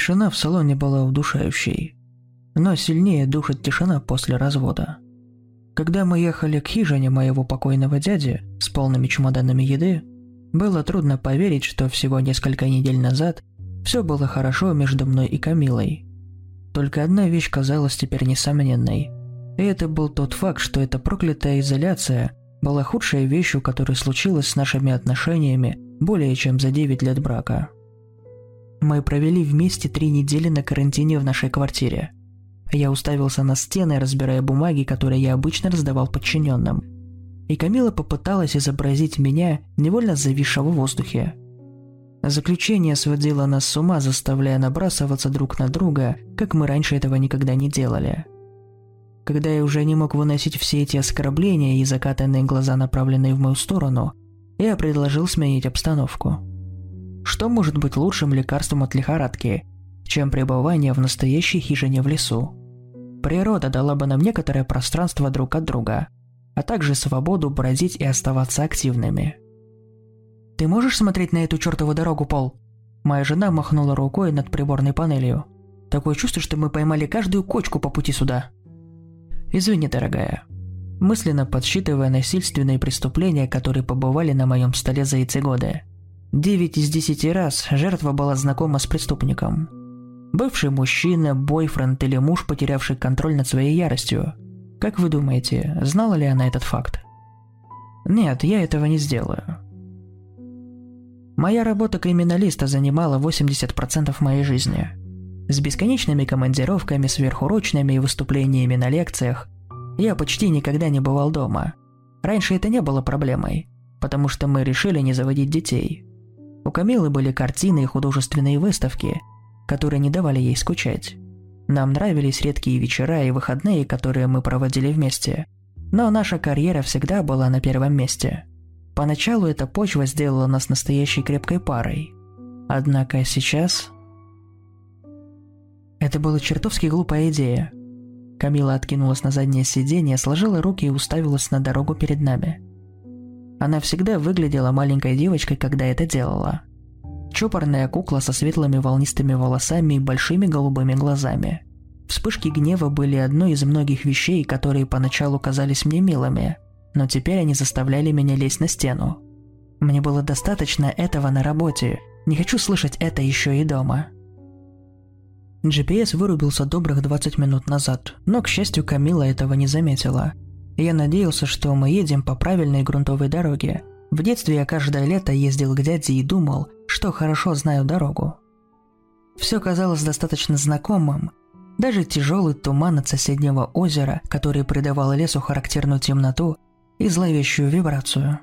Тишина в салоне была удушающей, но сильнее душит тишина после развода. Когда мы ехали к хижине моего покойного дяди с полными чемоданами еды, было трудно поверить, что всего несколько недель назад все было хорошо между мной и Камилой. Только одна вещь казалась теперь несомненной, и это был тот факт, что эта проклятая изоляция была худшей вещью, которая случилась с нашими отношениями более чем за 9 лет брака. Мы провели вместе 3 недели на карантине в нашей квартире. Я уставился на стены, разбирая бумаги, которые я обычно раздавал подчиненным. И Камила попыталась изобразить меня, невольно зависшего в воздухе. Заключение сводило нас с ума, заставляя набрасываться друг на друга, как мы раньше этого никогда не делали. Когда я уже не мог выносить все эти оскорбления и закатанные глаза, направленные в мою сторону, я предложил сменить обстановку. Что может быть лучшим лекарством от лихорадки, чем пребывание в настоящей хижине в лесу? Природа дала бы нам некоторое пространство друг от друга, а также свободу бродить и оставаться активными. «Ты можешь смотреть на эту чертову дорогу, Пол?» Моя жена махнула рукой над приборной панелью. «Такое чувство, что мы поймали каждую кочку по пути сюда». «Извини, дорогая». Мысленно подсчитывая насильственные преступления, которые побывали на моем столе за эти годы. 9 из 10 раз жертва была знакома с преступником. Бывший мужчина, бойфренд или муж, потерявший контроль над своей яростью. Как вы думаете, знала ли она этот факт? Нет, я этого не сделаю. Моя работа криминалиста занимала 80% моей жизни. С бесконечными командировками, сверхурочными и выступлениями на лекциях я почти никогда не бывал дома. Раньше это не было проблемой, потому что мы решили не заводить детей. У Камилы были картины и художественные выставки, которые не давали ей скучать. Нам нравились редкие вечера и выходные, которые мы проводили вместе. Но наша карьера всегда была на первом месте. Поначалу эта почва сделала нас настоящей крепкой парой. Однако сейчас... Это была чертовски глупая идея. Камила откинулась на заднее сиденье, сложила руки и уставилась на дорогу перед нами. Она всегда выглядела маленькой девочкой, когда это делала. Чопорная кукла со светлыми волнистыми волосами и большими голубыми глазами. Вспышки гнева были одной из многих вещей, которые поначалу казались мне милыми, но теперь они заставляли меня лезть на стену. Мне было достаточно этого на работе, не хочу слышать это еще и дома. GPS вырубился добрых 20 минут назад, но, к счастью, Камила этого не заметила. Я надеялся, что мы едем по правильной грунтовой дороге. В детстве я каждое лето ездил к дяде и думал, что хорошо знаю дорогу. Все казалось достаточно знакомым. Даже тяжелый туман от соседнего озера, который придавал лесу характерную темноту и зловещую вибрацию.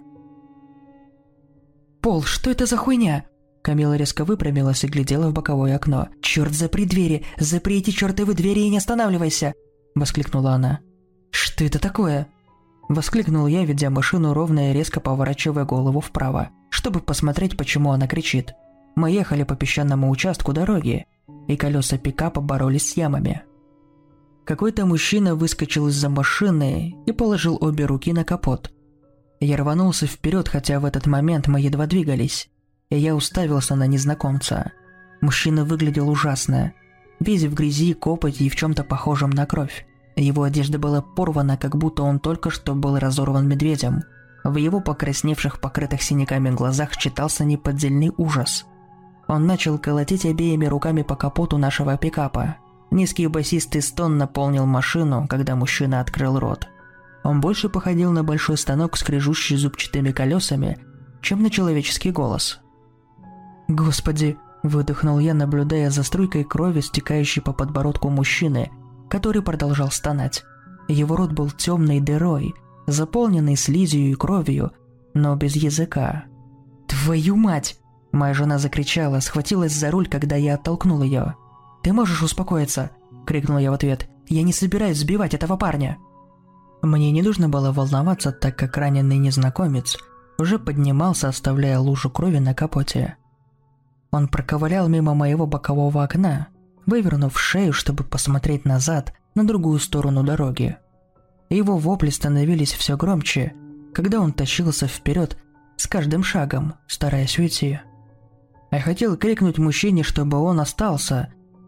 «Пол, что это за хуйня?» Камила резко выпрямилась и глядела в боковое окно. «Черт, запри двери! Запри эти чертовы двери и не останавливайся!» – воскликнула она. «Что это такое?» – воскликнул я, ведя машину ровно и резко поворачивая голову вправо, чтобы посмотреть, почему она кричит. Мы ехали по песчаному участку дороги, и колеса пикапа боролись с ямами. Какой-то мужчина выскочил из-за машины и положил обе руки на капот. Я рванулся вперед, хотя в этот момент мы едва двигались, и я уставился на незнакомца. Мужчина выглядел ужасно, весь в грязи, копоти и в чем-то похожем на кровь. Его одежда была порвана, как будто он только что был разорван медведем. В его покрасневших, покрытых синяками глазах читался неподдельный ужас. Он начал колотить обеими руками по капоту нашего пикапа. Низкий басистый стон наполнил машину, когда мужчина открыл рот. Он больше походил на большой станок, скрежущий зубчатыми колесами, чем на человеческий голос. «Господи!» – выдохнул я, наблюдая за струйкой крови, стекающей по подбородку мужчины, который продолжал стонать. Его рот был темной дырой, заполненный слизью и кровью, но без языка. «Твою мать!» – моя жена закричала, схватилась за руль, когда я оттолкнул ее. «Ты можешь успокоиться?» – крикнул я в ответ. «Я не собираюсь сбивать этого парня!» Мне не нужно было волноваться, так как раненый незнакомец уже поднимался, оставляя лужу крови на капоте. Он проковылял мимо моего бокового окна, вывернув шею, чтобы посмотреть назад, на другую сторону дороги. Его вопли становились все громче, когда он тащился вперед с каждым шагом, стараясь уйти. Я хотел крикнуть мужчине, чтобы он остался,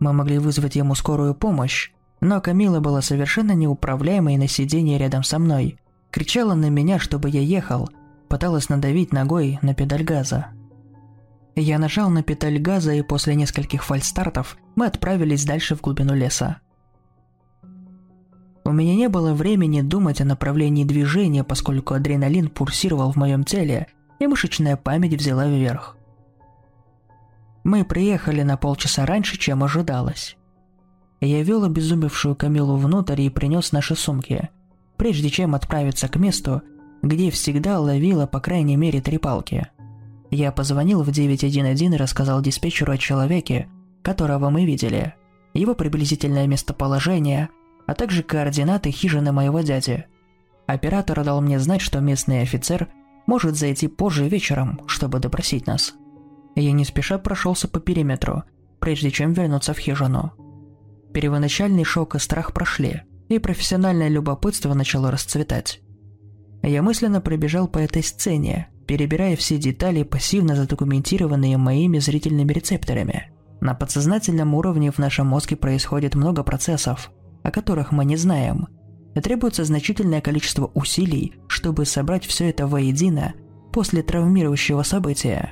Мы могли вызвать ему скорую помощь, но Камила была совершенно неуправляемой на сиденье рядом со мной. Кричала на меня, чтобы я ехал, пыталась надавить ногой на педаль газа. Я нажал на педаль газа, и после нескольких фальстартов мы отправились дальше в глубину леса. У меня не было времени думать о направлении движения, поскольку адреналин пульсировал в моем теле, и мышечная память взяла вверх. Мы приехали на полчаса раньше, чем ожидалось. Я вел обезумевшую Камилу внутрь и принес наши сумки, прежде чем отправиться к месту, где всегда ловила по крайней мере 3 палки. Я позвонил в 911 и рассказал диспетчеру о человеке, которого мы видели, его приблизительное местоположение, а также координаты хижины моего дяди. Оператор дал мне знать, что местный офицер может зайти позже вечером, чтобы допросить нас. Я не спеша прошелся по периметру, прежде чем вернуться в хижину. Первоначальный шок и страх прошли, и профессиональное любопытство начало расцветать. Я мысленно пробежал по этой сцене, перебирая все детали, пассивно задокументированные моими зрительными рецепторами. На подсознательном уровне в нашем мозге происходит много процессов, о которых мы не знаем, и требуется значительное количество усилий, чтобы собрать все это воедино после травмирующего события.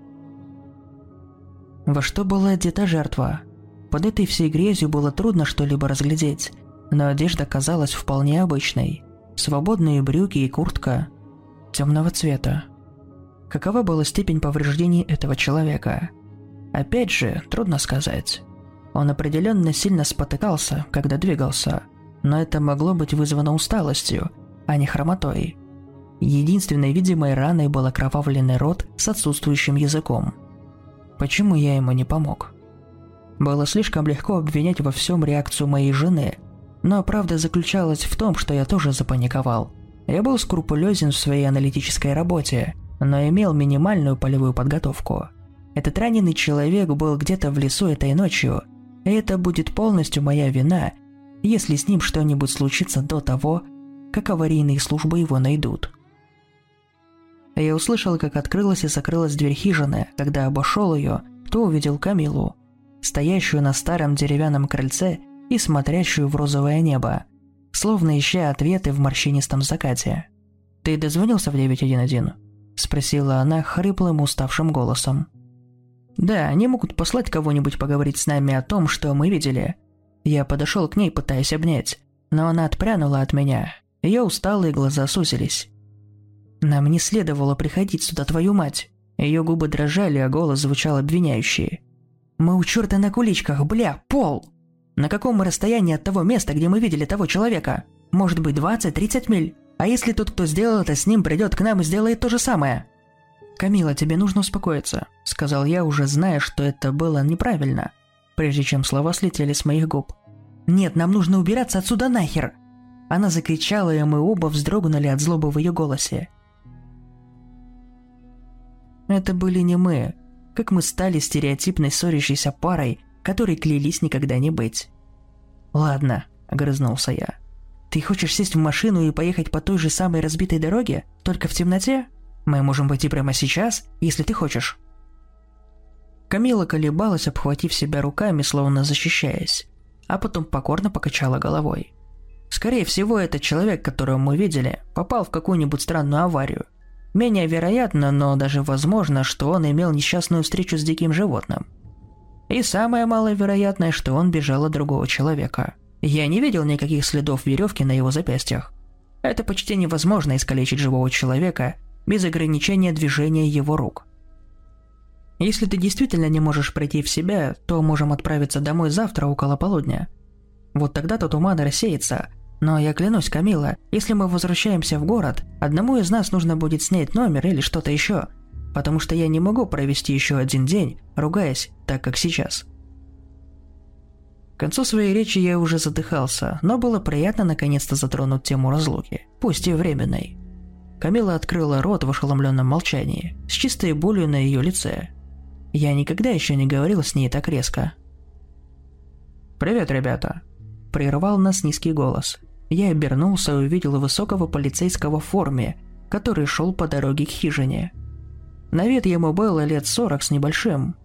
Во что была одета жертва? Под этой всей грязью было трудно что-либо разглядеть, но одежда казалась вполне обычной. Свободные брюки и куртка темного цвета. Какова была степень повреждений этого человека? Опять же, трудно сказать. Он определенно сильно спотыкался, когда двигался, но это могло быть вызвано усталостью, а не хромотой. Единственной видимой раной был окровавленный рот с отсутствующим языком. Почему я ему не помог? Было слишком легко обвинять во всем реакцию моей жены, но правда заключалась в том, что я тоже запаниковал. Я был скрупулезен в своей аналитической работе, но имел минимальную полевую подготовку. Этот раненый человек был где-то в лесу этой ночью, и это будет полностью моя вина, если с ним что-нибудь случится до того, как аварийные службы его найдут. Я услышал, как открылась и закрылась дверь хижины. Когда обошел ее, то увидел Камилу, стоящую на старом деревянном крыльце и смотрящую в розовое небо, словно ища ответы в морщинистом закате. «Ты дозвонился в 911?» – спросила она хриплым, уставшим голосом. «Да, они могут послать кого-нибудь поговорить с нами о том, что мы видели». Я подошел к ней, пытаясь обнять, но она отпрянула от меня. Ее усталые глаза сузились. «Нам не следовало приходить сюда, твою мать!» Ее губы дрожали, а голос звучал обвиняющий. «Мы у черта на куличках, бля, Пол! На каком мы расстоянии от того места, где мы видели того человека? Может быть 20-30 миль? А если тот, кто сделал это с ним, придет к нам и сделает то же самое?» «Камила, тебе нужно успокоиться», — сказал я, уже зная, что это было неправильно, прежде чем слова слетели с моих губ. «Нет, нам нужно убираться отсюда нахер!» Она закричала, и мы оба вздрогнули от злобы в ее голосе. Это были не мы, как мы стали стереотипной ссорящейся парой, которой клялись никогда не быть. «Ладно», — огрызнулся я. «Ты хочешь сесть в машину и поехать по той же самой разбитой дороге, только в темноте? Мы можем пойти прямо сейчас, если ты хочешь». Камила колебалась, обхватив себя руками, словно защищаясь, а потом покорно покачала головой. Скорее всего, этот человек, которого мы видели, попал в какую-нибудь странную аварию. Менее вероятно, но даже возможно, что он имел несчастную встречу с диким животным. И самое маловероятное, что он бежал от другого человека. Я не видел никаких следов веревки на его запястьях. Это почти невозможно искалечить живого человека без ограничения движения его рук. Если ты действительно не можешь прийти в себя, то можем отправиться домой завтра около полудня. Вот тогда-то туман рассеется. Но я клянусь, Камила, если мы возвращаемся в город, одному из нас нужно будет снять номер или что-то еще, потому что я не могу провести еще один день, ругаясь, так как сейчас. К концу своей речи я уже задыхался, но было приятно наконец-то затронуть тему разлуки, пусть и временной. Камила открыла рот в ошеломленном молчании, с чистой болью на ее лице. Я никогда еще не говорил с ней так резко. «Привет, ребята!» – прервал нас низкий голос. Я обернулся и увидел высокого полицейского в форме, который шел по дороге к хижине. На вид ему было лет 40 с небольшим.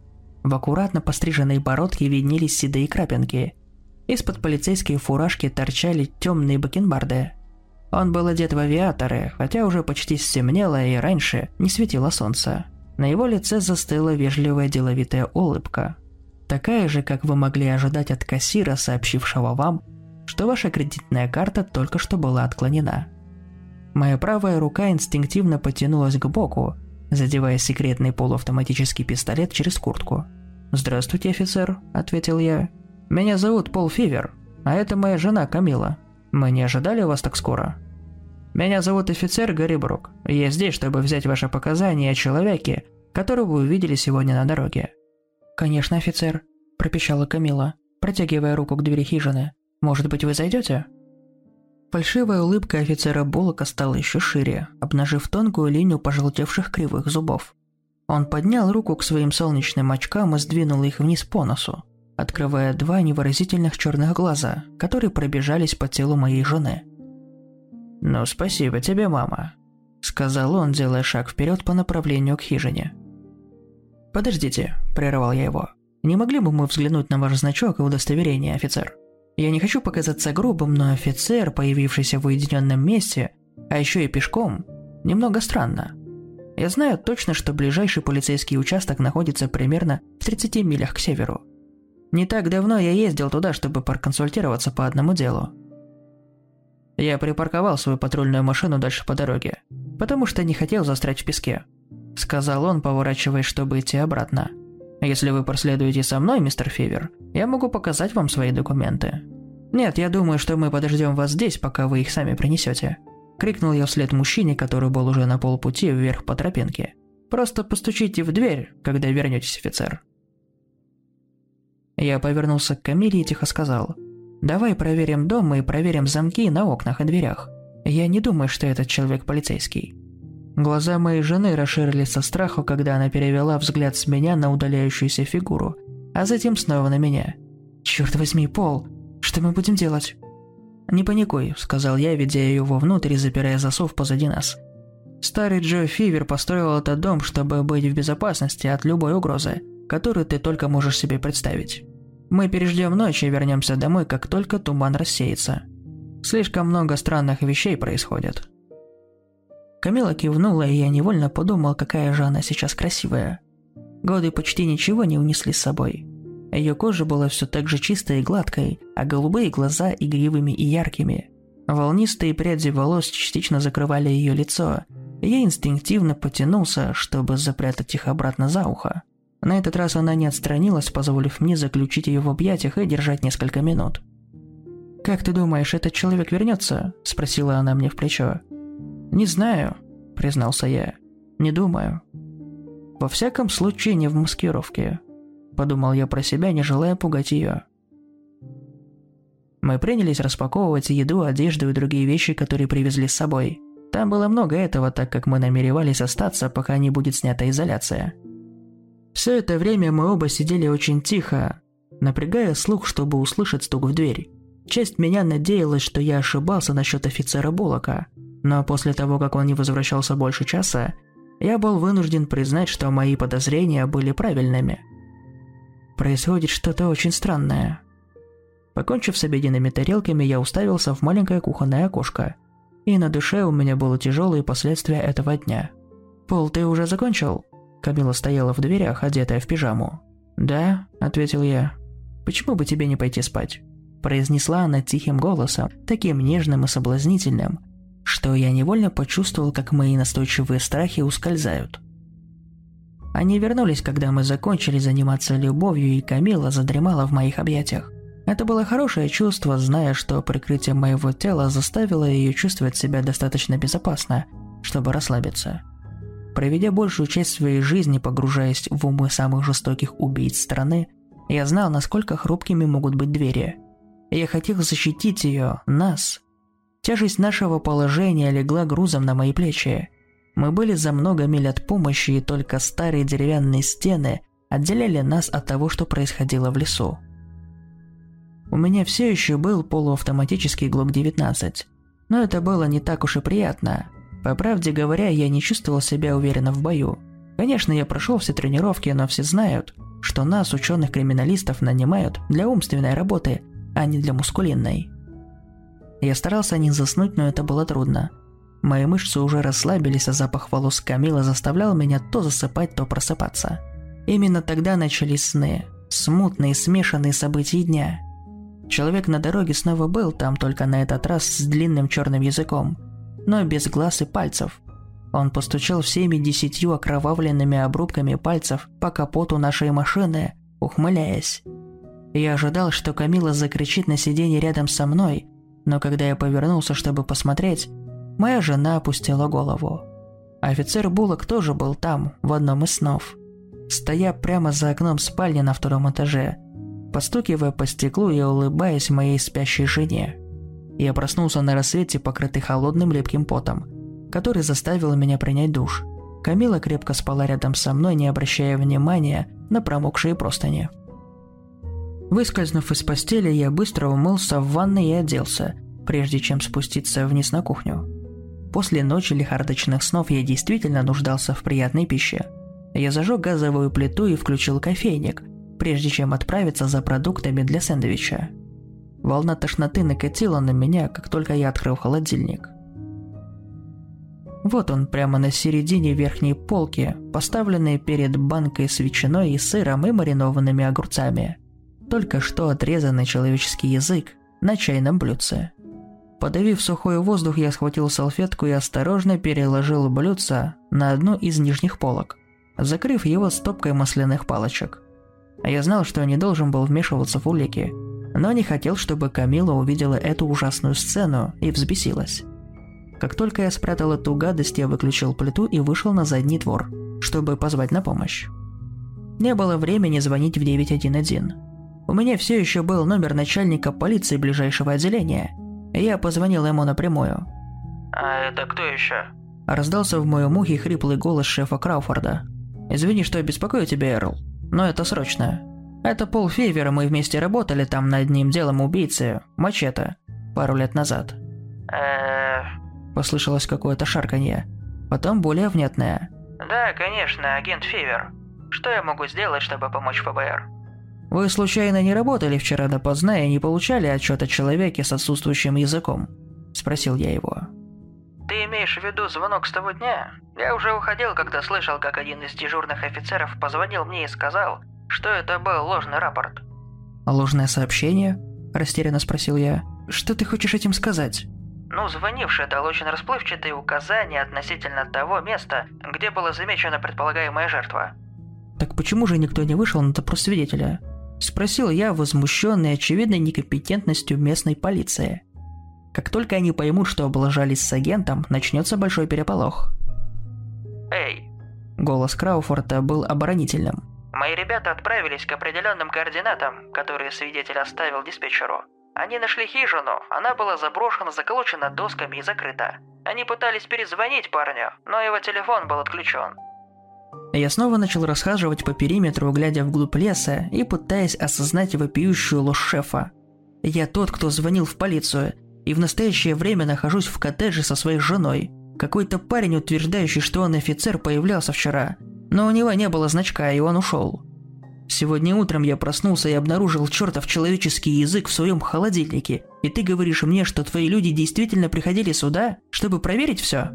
В аккуратно постриженной бородке виднелись седые крапинки. Из-под полицейской фуражки торчали темные бакенбарды. Он был одет в авиаторы, хотя уже почти стемнело и раньше не светило солнце. На его лице застыла вежливая деловитая улыбка. Такая же, как вы могли ожидать от кассира, сообщившего вам, что ваша кредитная карта только что была отклонена. Моя правая рука инстинктивно потянулась к боку, задевая секретный полуавтоматический пистолет через куртку. «Здравствуйте, офицер», — ответил я. «Меня зовут Пол Фивер, а это моя жена Камила. Мы не ожидали вас так скоро». «Меня зовут офицер Гарри Брук. Я здесь, чтобы взять ваши показания о человеке, которого вы увидели сегодня на дороге». «Конечно, офицер», – пропищала Камила, протягивая руку к двери хижины. «Может быть, вы зайдете?» Фальшивая улыбка офицера Буллока стала еще шире, обнажив тонкую линию пожелтевших кривых зубов. Он поднял руку к своим солнечным очкам и сдвинул их вниз по носу, открывая два невыразительных черных глаза, которые пробежались по телу моей жены. «Ну, спасибо тебе, мама», – сказал он, делая шаг вперед по направлению к хижине. «Подождите», – прервал я его. «Не могли бы мы взглянуть на ваш значок и удостоверение, офицер? Я не хочу показаться грубым, но офицер, появившийся в уединенном месте, а еще и пешком, немного странно. Я знаю точно, что ближайший полицейский участок находится примерно в 30 милях к северу. Не так давно я ездил туда, чтобы проконсультироваться по одному делу. Я припарковал свою патрульную машину дальше по дороге, потому что не хотел застрять в песке», – сказал он, поворачиваясь, чтобы идти обратно. «Если вы проследуете со мной, мистер Фивер, я могу показать вам свои документы». «Нет, я думаю, что мы подождем вас здесь, пока вы их сами принесете», – крикнул я вслед мужчине, который был уже на полпути вверх по тропинке. «Просто постучите в дверь, когда вернетесь, офицер». Я повернулся к Камиле и тихо сказал: «Давай проверим дом и проверим замки на окнах и дверях. Я не думаю, что этот человек полицейский». Глаза моей жены расширились со страху, когда она перевела взгляд с меня на удаляющуюся фигуру, а затем снова на меня. «Черт возьми, Пол, что мы будем делать?» «Не паникуй», — сказал я, ведя ее вовнутрь и запирая засов позади нас. «Старый Джо Фивер построил этот дом, чтобы быть в безопасности от любой угрозы, которую ты только можешь себе представить. Мы переждем ночь и вернемся домой, как только туман рассеется. Слишком много странных вещей происходит». Камила кивнула, и я невольно подумал, какая же она сейчас красивая. Годы почти ничего не унесли с собой. Ее кожа была все так же чистой и гладкой, а голубые глаза игривыми и яркими. Волнистые пряди волос частично закрывали ее лицо, и я инстинктивно потянулся, чтобы запрятать их обратно за ухо. На этот раз она не отстранилась, позволив мне заключить ее в объятиях и держать несколько минут. «Как ты думаешь, этот человек вернется?» – спросила она мне в плечо. «Не знаю», – признался я. «Не думаю». «Во всяком случае, не в маскировке», – подумал я про себя, не желая пугать ее. Мы принялись распаковывать еду, одежду и другие вещи, которые привезли с собой. Там было много этого, так как мы намеревались остаться, пока не будет снята изоляция. Все это время мы оба сидели очень тихо, напрягая слух, чтобы услышать стук в дверь. Часть меня надеялась, что я ошибался насчет офицера Буллока, но после того, как он не возвращался больше часа, я был вынужден признать, что мои подозрения были правильными. Происходит что-то очень странное. Покончив с обеденными тарелками, я уставился в маленькое кухонное окошко, и на душе у меня были тяжелые последствия этого дня. «Пол, ты уже закончил?» Камила стояла в дверях, одетая в пижаму. «Да», — ответил я. «Почему бы тебе не пойти спать?» Произнесла она тихим голосом, таким нежным и соблазнительным, что я невольно почувствовал, как мои настойчивые страхи ускользают. Они вернулись, когда мы закончили заниматься любовью, и Камила задремала в моих объятиях. Это было хорошее чувство, зная, что прикрытие моего тела заставило ее чувствовать себя достаточно безопасно, чтобы расслабиться. Проведя большую часть своей жизни, погружаясь в умы самых жестоких убийц страны, я знал, насколько хрупкими могут быть двери. Я хотел защитить ее, нас. Тяжесть нашего положения легла грузом на мои плечи. Мы были за много миль от помощи, и только старые деревянные стены отделяли нас от того, что происходило в лесу. У меня все еще был полуавтоматический Glock-19, но это было не так уж и приятно. По правде говоря, я не чувствовал себя уверенно в бою. Конечно, я прошел все тренировки, но все знают, что нас, ученых-криминалистов, нанимают для умственной работы, а не для мускулинной. Я старался не заснуть, но это было трудно. Мои мышцы уже расслабились, а запах волос Камилы заставлял меня то засыпать, то просыпаться. Именно тогда начались сны, смутные, смешанные события дня. Человек на дороге снова был там, только на этот раз с длинным черным языком, но без глаз и пальцев. Он постучал всеми 10 окровавленными обрубками пальцев по капоту нашей машины, ухмыляясь. Я ожидал, что Камила закричит на сиденье рядом со мной, но когда я повернулся, чтобы посмотреть, моя жена опустила голову. Офицер Буллок тоже был там, в одном из снов, стоя прямо за окном спальни на 2-м этаже, постукивая по стеклу и улыбаясь моей спящей жене. Я проснулся на рассвете, покрытый холодным липким потом, который заставил меня принять душ. Камила крепко спала рядом со мной, не обращая внимания на промокшие простыни. Выскользнув из постели, я быстро умылся в ванной и оделся, прежде чем спуститься вниз на кухню. После ночи лихорадочных снов я действительно нуждался в приятной пище. Я зажег газовую плиту и включил кофейник, прежде чем отправиться за продуктами для сэндвича. Волна тошноты накатила на меня, как только я открыл холодильник. Вот он, прямо на середине верхней полки, поставленный перед банкой с ветчиной и сыром и маринованными огурцами. Только что отрезанный человеческий язык на чайном блюдце. Подавив сухой воздух, я схватил салфетку и осторожно переложил блюдце на одну из нижних полок, закрыв его стопкой масляных палочек. Я знал, что не должен был вмешиваться в улики, но не хотел, чтобы Камила увидела эту ужасную сцену и взбесилась. Как только я спрятал эту гадость, я выключил плиту и вышел на задний двор, чтобы позвать на помощь. Не было времени звонить в 911. У меня все еще был номер начальника полиции ближайшего отделения, и я позвонил ему напрямую. «А это кто еще?» Раздался в моем ухе хриплый голос шефа Крауфорда. «Извини, что беспокою тебя, Эрл, но это срочно. Это Пол Фейвер, мы вместе работали там над одним делом убийцы, Мачете, пару лет назад». Послышалось какое-то шарканье, потом более внятное. «Да, конечно, агент Фейвер. Что я могу сделать, чтобы помочь ФБР?» «Вы случайно не работали вчера допоздна и не получали отчет о человеке с отсутствующим языком?» – спросил я его. «Ты имеешь в виду звонок с того дня? Я уже уходил, когда слышал, как один из дежурных офицеров позвонил мне и сказал, что это был ложный рапорт». «Ложное сообщение?» – растерянно спросил я. «Что ты хочешь этим сказать?» «Ну, звонивший дал очень расплывчатые указания относительно того места, где была замечена предполагаемая жертва». «Так почему же никто не вышел на допрос свидетеля?» – спросил я, возмущенный очевидной некомпетентностью местной полиции. Как только они поймут, что облажались с агентом, начнется большой переполох. «Эй!» Голос Крауфорда был оборонительным. «Мои ребята отправились к определенным координатам, которые свидетель оставил диспетчеру. Они нашли хижину, она была заброшена, заколочена досками и закрыта. Они пытались перезвонить парню, но его телефон был отключен». Я снова начал расхаживать по периметру, глядя вглубь леса и пытаясь осознать вопиющую ложь шефа. Я тот, кто звонил в полицию, и в настоящее время нахожусь в коттедже со своей женой. Какой-то парень, утверждающий, что он офицер, появлялся вчера, но у него не было значка, и он ушел. Сегодня утром я проснулся и обнаружил чертов человеческий язык в своем холодильнике, и ты говоришь мне, что твои люди действительно приходили сюда, чтобы проверить все?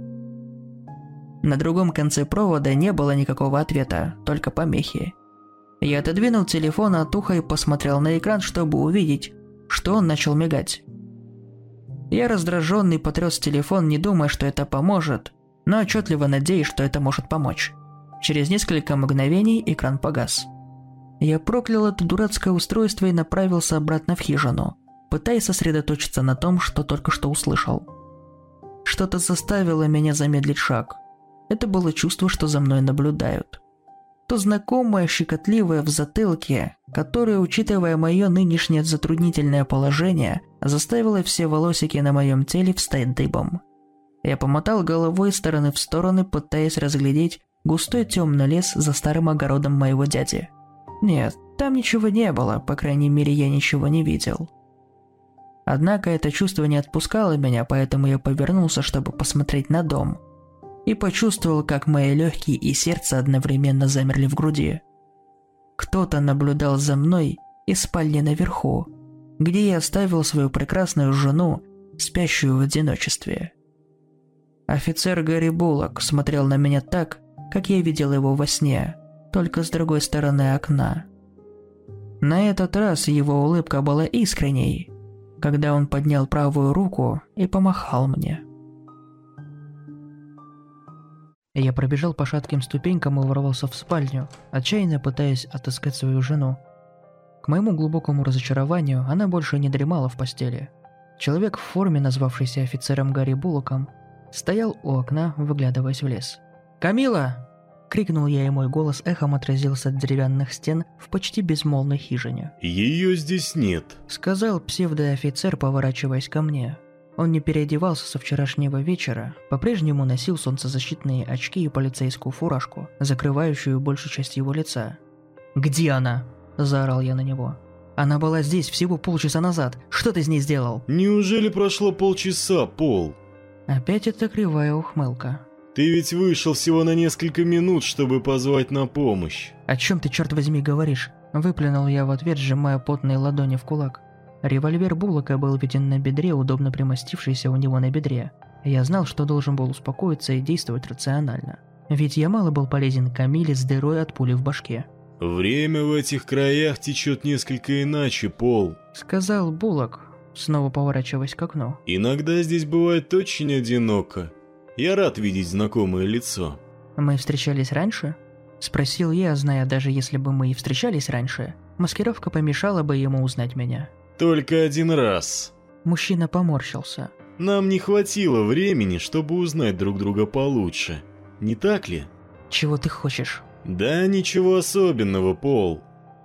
На другом конце провода не было никакого ответа, только помехи. Я отодвинул телефон от уха и посмотрел на экран, чтобы увидеть, что он начал мигать. Я раздраженный потряс телефон, не думая, что это поможет, но отчетливо надеясь, что это может помочь. Через несколько мгновений экран погас. Я проклял это дурацкое устройство и направился обратно в хижину, пытаясь сосредоточиться на том, что только что услышал. Что-то заставило меня замедлить шаг. Это было чувство, что за мной наблюдают. То знакомое, щекотливое в затылке, которое, учитывая мое нынешнее затруднительное положение, заставило все волосики на моем теле встать дыбом. Я помотал головой из стороны в стороны, пытаясь разглядеть густой темный лес за старым огородом моего дяди. Нет, там ничего не было, по крайней мере, я ничего не видел. Однако это чувство не отпускало меня, поэтому я повернулся, чтобы посмотреть на дом. И почувствовал, как мои легкие и сердце одновременно замерли в груди. кто-то наблюдал за мной из спальни наверху, где я оставил свою прекрасную жену, спящую в одиночестве. Офицер Гарри Буллок смотрел на меня так, как я видел его во сне, только с другой стороны окна. На этот раз его улыбка была искренней, когда он поднял правую руку и помахал мне. Я пробежал по шатким ступенькам и ворвался в спальню, отчаянно пытаясь отыскать свою жену. К моему глубокому разочарованию, она больше не дремала в постели. Человек в форме, назвавшийся офицером Гарри Буллоком, стоял у окна, выглядываясь в лес. «Камила!» – крикнул я, и мой голос эхом отразился от деревянных стен в почти безмолвной хижине. «Ее здесь нет», – сказал псевдоофицер, поворачиваясь ко мне. Он не переодевался со вчерашнего вечера, по-прежнему носил солнцезащитные очки и полицейскую фуражку, закрывающую большую часть его лица. «Где она?» – заорал я на него. «Она была здесь всего полчаса назад. Что ты с ней сделал?» «Неужели прошло полчаса, Пол?» Опять эта кривая ухмылка. «Ты ведь вышел всего на несколько минут, чтобы позвать на помощь». «О чем ты, черт возьми, говоришь?» – выплюнул я в ответ, сжимая потные ладони в кулак. Револьвер Буллока был виден на бедре, удобно примостившийся у него на бедре. Я знал, что должен был успокоиться и действовать рационально. Ведь я мало был полезен Камиле с дырой от пули в башке. «Время в этих краях течет несколько иначе, Пол», — сказал Буллок, снова поворачиваясь к окну. «Иногда здесь бывает очень одиноко. Я рад видеть знакомое лицо». «Мы встречались раньше?» — спросил я, зная, даже если бы мы и встречались раньше, маскировка помешала бы ему узнать меня. «Только один раз». Мужчина поморщился. «Нам не хватило времени, чтобы узнать друг друга получше. Не так ли?» «Чего ты хочешь?» «Да ничего особенного, Пол.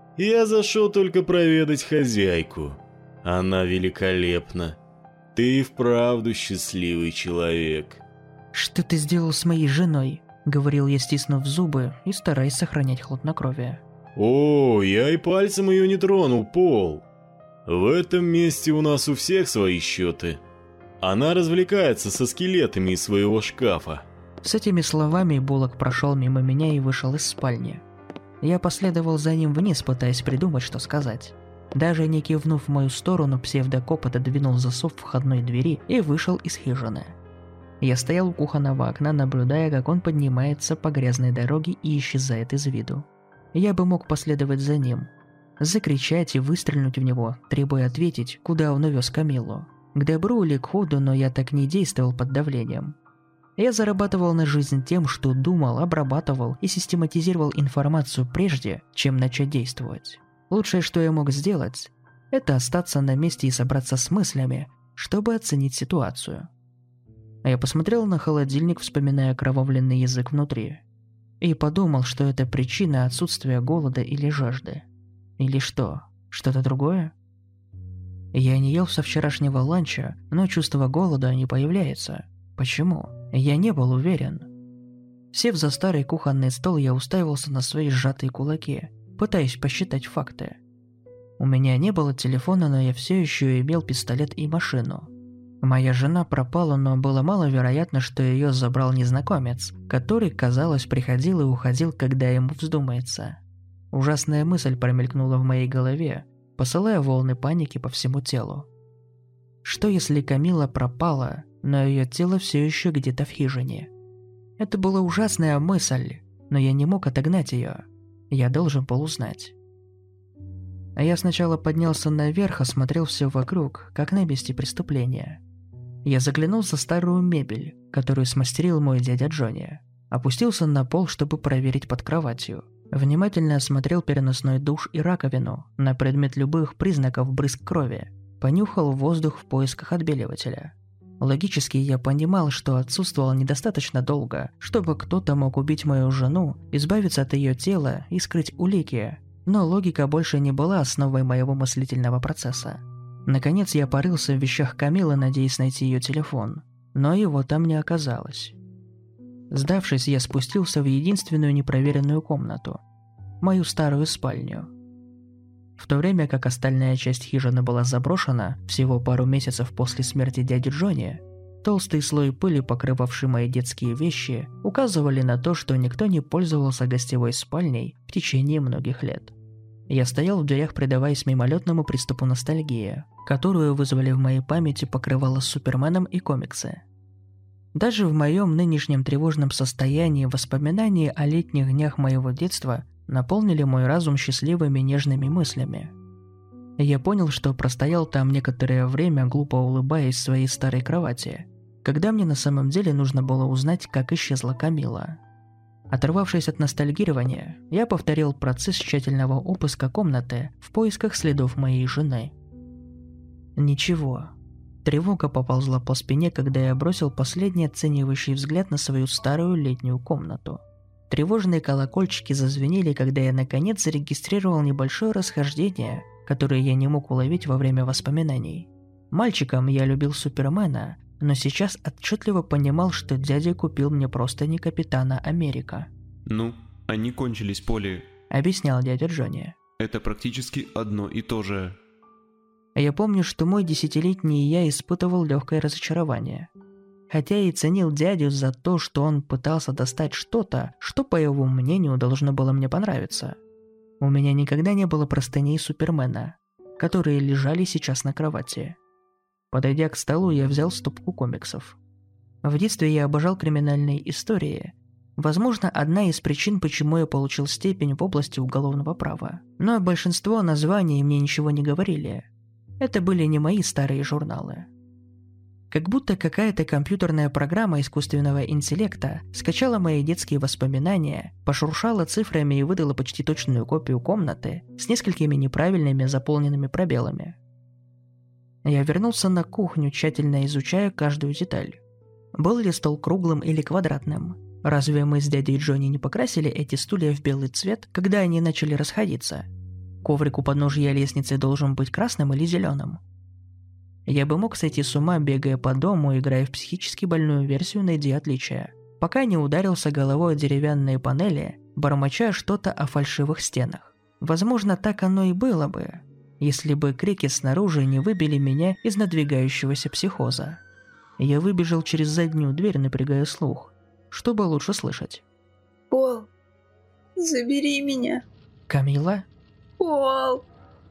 Я зашел только проведать хозяйку. Она великолепна. Ты и вправду счастливый человек». «Что ты сделал с моей женой?» — говорил я, стиснув зубы и стараясь сохранять хладнокровие. «О, я и пальцем ее не тронул, Пол. В этом месте у нас у всех свои счеты. Она развлекается со скелетами из своего шкафа». С этими словами Буллок прошел мимо меня и вышел из спальни. Я последовал за ним вниз, пытаясь придумать, что сказать. Даже не кивнув в мою сторону, псевдокоп отодвинул засов входной двери и вышел из хижины. Я стоял у кухонного окна, наблюдая, как он поднимается по грязной дороге и исчезает из виду. Я бы мог последовать за ним, закричать и выстрелить в него, требуя ответить, куда он увез Камилу. К добру или к худу, но я так не действовал под давлением. Я зарабатывал на жизнь тем, что думал, обрабатывал и систематизировал информацию прежде, чем начать действовать. Лучшее, что я мог сделать, это остаться на месте и собраться с мыслями, чтобы оценить ситуацию. Я посмотрел на холодильник, вспоминая окровавленный язык внутри, и подумал, что это причина отсутствия голода или жажды. Или что? Что-то другое? Я не ел со вчерашнего ланча, но чувство голода не появляется. Почему? Я не был уверен. Сев за старый кухонный стол, я уставился на свои сжатые кулаки, пытаясь посчитать факты. У меня не было телефона, но я все еще имел пистолет и машину. Моя жена пропала, но было маловероятно, что ее забрал незнакомец, который, казалось, приходил и уходил, когда ему вздумается. Ужасная мысль промелькнула в моей голове, посылая волны паники по всему телу. Что если Камила пропала, но ее тело все еще где-то в хижине? Это была ужасная мысль, но я не мог отогнать ее. Я должен был узнать. А я сначала поднялся наверх, осмотрел все вокруг, как на месте преступления. Я заглянул за старую мебель, которую смастерил мой дядя Джонни. Опустился на пол, чтобы проверить под кроватью. Внимательно осмотрел переносной душ и раковину на предмет любых признаков брызг крови. Понюхал воздух в поисках отбеливателя. Логически я понимал, что отсутствовал недостаточно долго, чтобы кто-то мог убить мою жену, избавиться от ее тела и скрыть улики. Но логика больше не была основой моего мыслительного процесса. Наконец я порылся в вещах Камилы, надеясь найти ее телефон, но его там не оказалось. Сдавшись, я спустился в единственную непроверенную комнату – мою старую спальню. В то время как остальная часть хижины была заброшена всего пару месяцев после смерти дяди Джонни, толстый слой пыли, покрывавший мои детские вещи, указывали на то, что никто не пользовался гостевой спальней в течение многих лет. Я стоял в дверях, предаваясь мимолетному приступу ностальгии, которую вызвали в моей памяти покрывало с Суперменом и комиксы. Даже в моем нынешнем тревожном состоянии воспоминания о летних днях моего детства наполнили мой разум счастливыми нежными мыслями. Я понял, что простоял там некоторое время, глупо улыбаясь в своей старой кровати, когда мне на самом деле нужно было узнать, как исчезла Камила. Оторвавшись от ностальгирования, я повторил процесс тщательного обыска комнаты в поисках следов моей жены. Ничего. Тревога поползла по спине, когда я бросил последний оценивающий взгляд на свою старую летнюю комнату. Тревожные колокольчики зазвенели, когда я наконец зарегистрировал небольшое расхождение, которое я не мог уловить во время воспоминаний. Мальчиком я любил Супермена, но сейчас отчетливо понимал, что дядя купил мне просто не Капитана Америка. «Ну, они кончились, Поли», — объяснял дядя Джонни. «Это практически одно и то же». Я помню, что мой 10-летний я испытывал легкое разочарование. Хотя и ценил дядю за то, что он пытался достать что-то, что, по его мнению, должно было мне понравиться. У меня никогда не было простыней Супермена, которые лежали сейчас на кровати. Подойдя к столу, я взял стопку комиксов. В детстве я обожал криминальные истории. Возможно, одна из причин, почему я получил степень в области уголовного права. Но большинство названий мне ничего не говорили. Это были не мои старые журналы. Как будто какая-то компьютерная программа искусственного интеллекта скачала мои детские воспоминания, пошуршала цифрами и выдала почти точную копию комнаты с несколькими неправильными заполненными пробелами. Я вернулся на кухню, тщательно изучая каждую деталь. Был ли стол круглым или квадратным? Разве мы с дядей Джонни не покрасили эти стулья в белый цвет, когда они начали расходиться? Коврик у подножья лестницы должен быть красным или зеленым? Я бы мог сойти с ума, бегая по дому, играя в психически больную версию «Найди отличия», пока не ударился головой о деревянные панели, бормоча что-то о фальшивых стенах. Возможно, так оно и было бы, если бы крики снаружи не выбили меня из надвигающегося психоза. Я выбежал через заднюю дверь, напрягая слух, чтобы лучше слышать. «Пол, забери меня». «Камила?» «Пол!»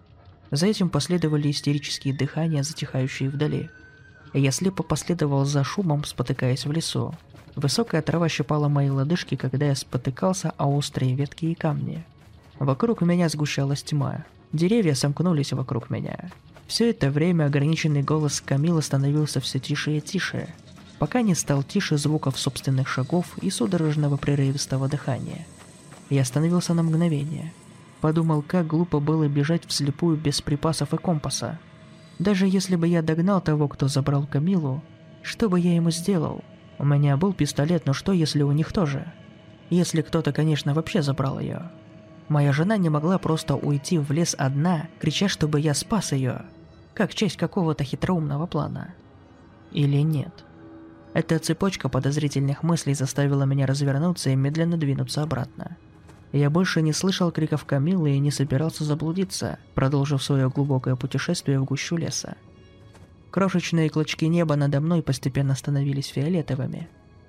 За этим последовали истерические дыхания, затихающие вдали. Я слепо последовал за шумом, спотыкаясь в лесу. Высокая трава щипала мои лодыжки, когда я спотыкался о острые ветки и камни. Вокруг меня сгущалась тьма. Деревья сомкнулись вокруг меня. Все это время ограниченный голос Камилы становился все тише и тише, пока не стал тише звуков собственных шагов и судорожного прерывистого дыхания. Я остановился на мгновение. Подумал, как глупо было бежать вслепую без припасов и компаса. Даже если бы я догнал того, кто забрал Камилу, что бы я ему сделал? У меня был пистолет, но что, если у них тоже? Если кто-то, конечно, вообще забрал ее. Моя жена не могла просто уйти в лес одна, крича, чтобы я спас ее, как часть какого-то хитроумного плана. Или нет? Эта цепочка подозрительных мыслей заставила меня развернуться и медленно двинуться обратно. Я больше не слышал криков Камилы и не собирался заблудиться, продолжив свое глубокое путешествие в гущу леса. Крошечные клочки неба надо мной постепенно становились фиолетовыми.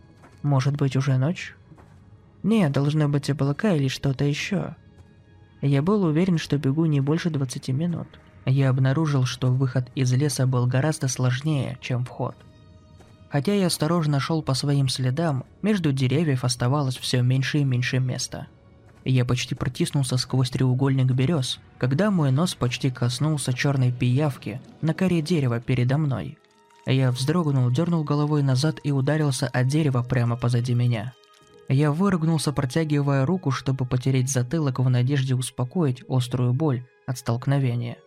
Может быть, уже ночь? Нет, должно быть облака или что-то еще. Я был уверен, что бегу не больше 20 минут. Я обнаружил, что выход из леса был гораздо сложнее, чем вход. Хотя я осторожно шел по своим следам, между деревьев оставалось все меньше и меньше места. Я почти протиснулся сквозь треугольник берез, когда мой нос почти коснулся черной пиявки на коре дерева передо мной. Я вздрогнул, дернул головой назад и ударился о дерево прямо позади меня. Я выругнулся, протягивая руку, чтобы потереть затылок в надежде успокоить острую боль от столкновения.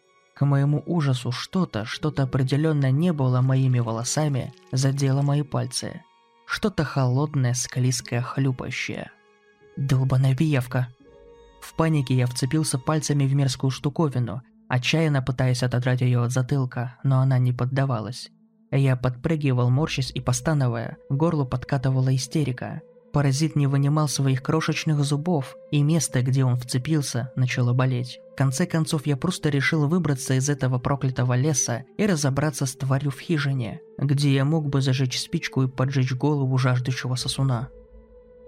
К моему ужасу что-то определенно не было моими волосами, задело мои пальцы. Что-то холодное, склизкое, хлюпающее. Долбаная пиявка. В панике я вцепился пальцами в мерзкую штуковину, отчаянно пытаясь отодрать ее от затылка, но она не поддавалась. Я подпрыгивал, морщась и постановая, к горлу подкатывала истерика. Паразит не вынимал своих крошечных зубов, и место, где он вцепился, начало болеть. В конце концов, я просто решил выбраться из этого проклятого леса и разобраться с тварью в хижине, где я мог бы зажечь спичку и поджечь голову жаждущего сосуна.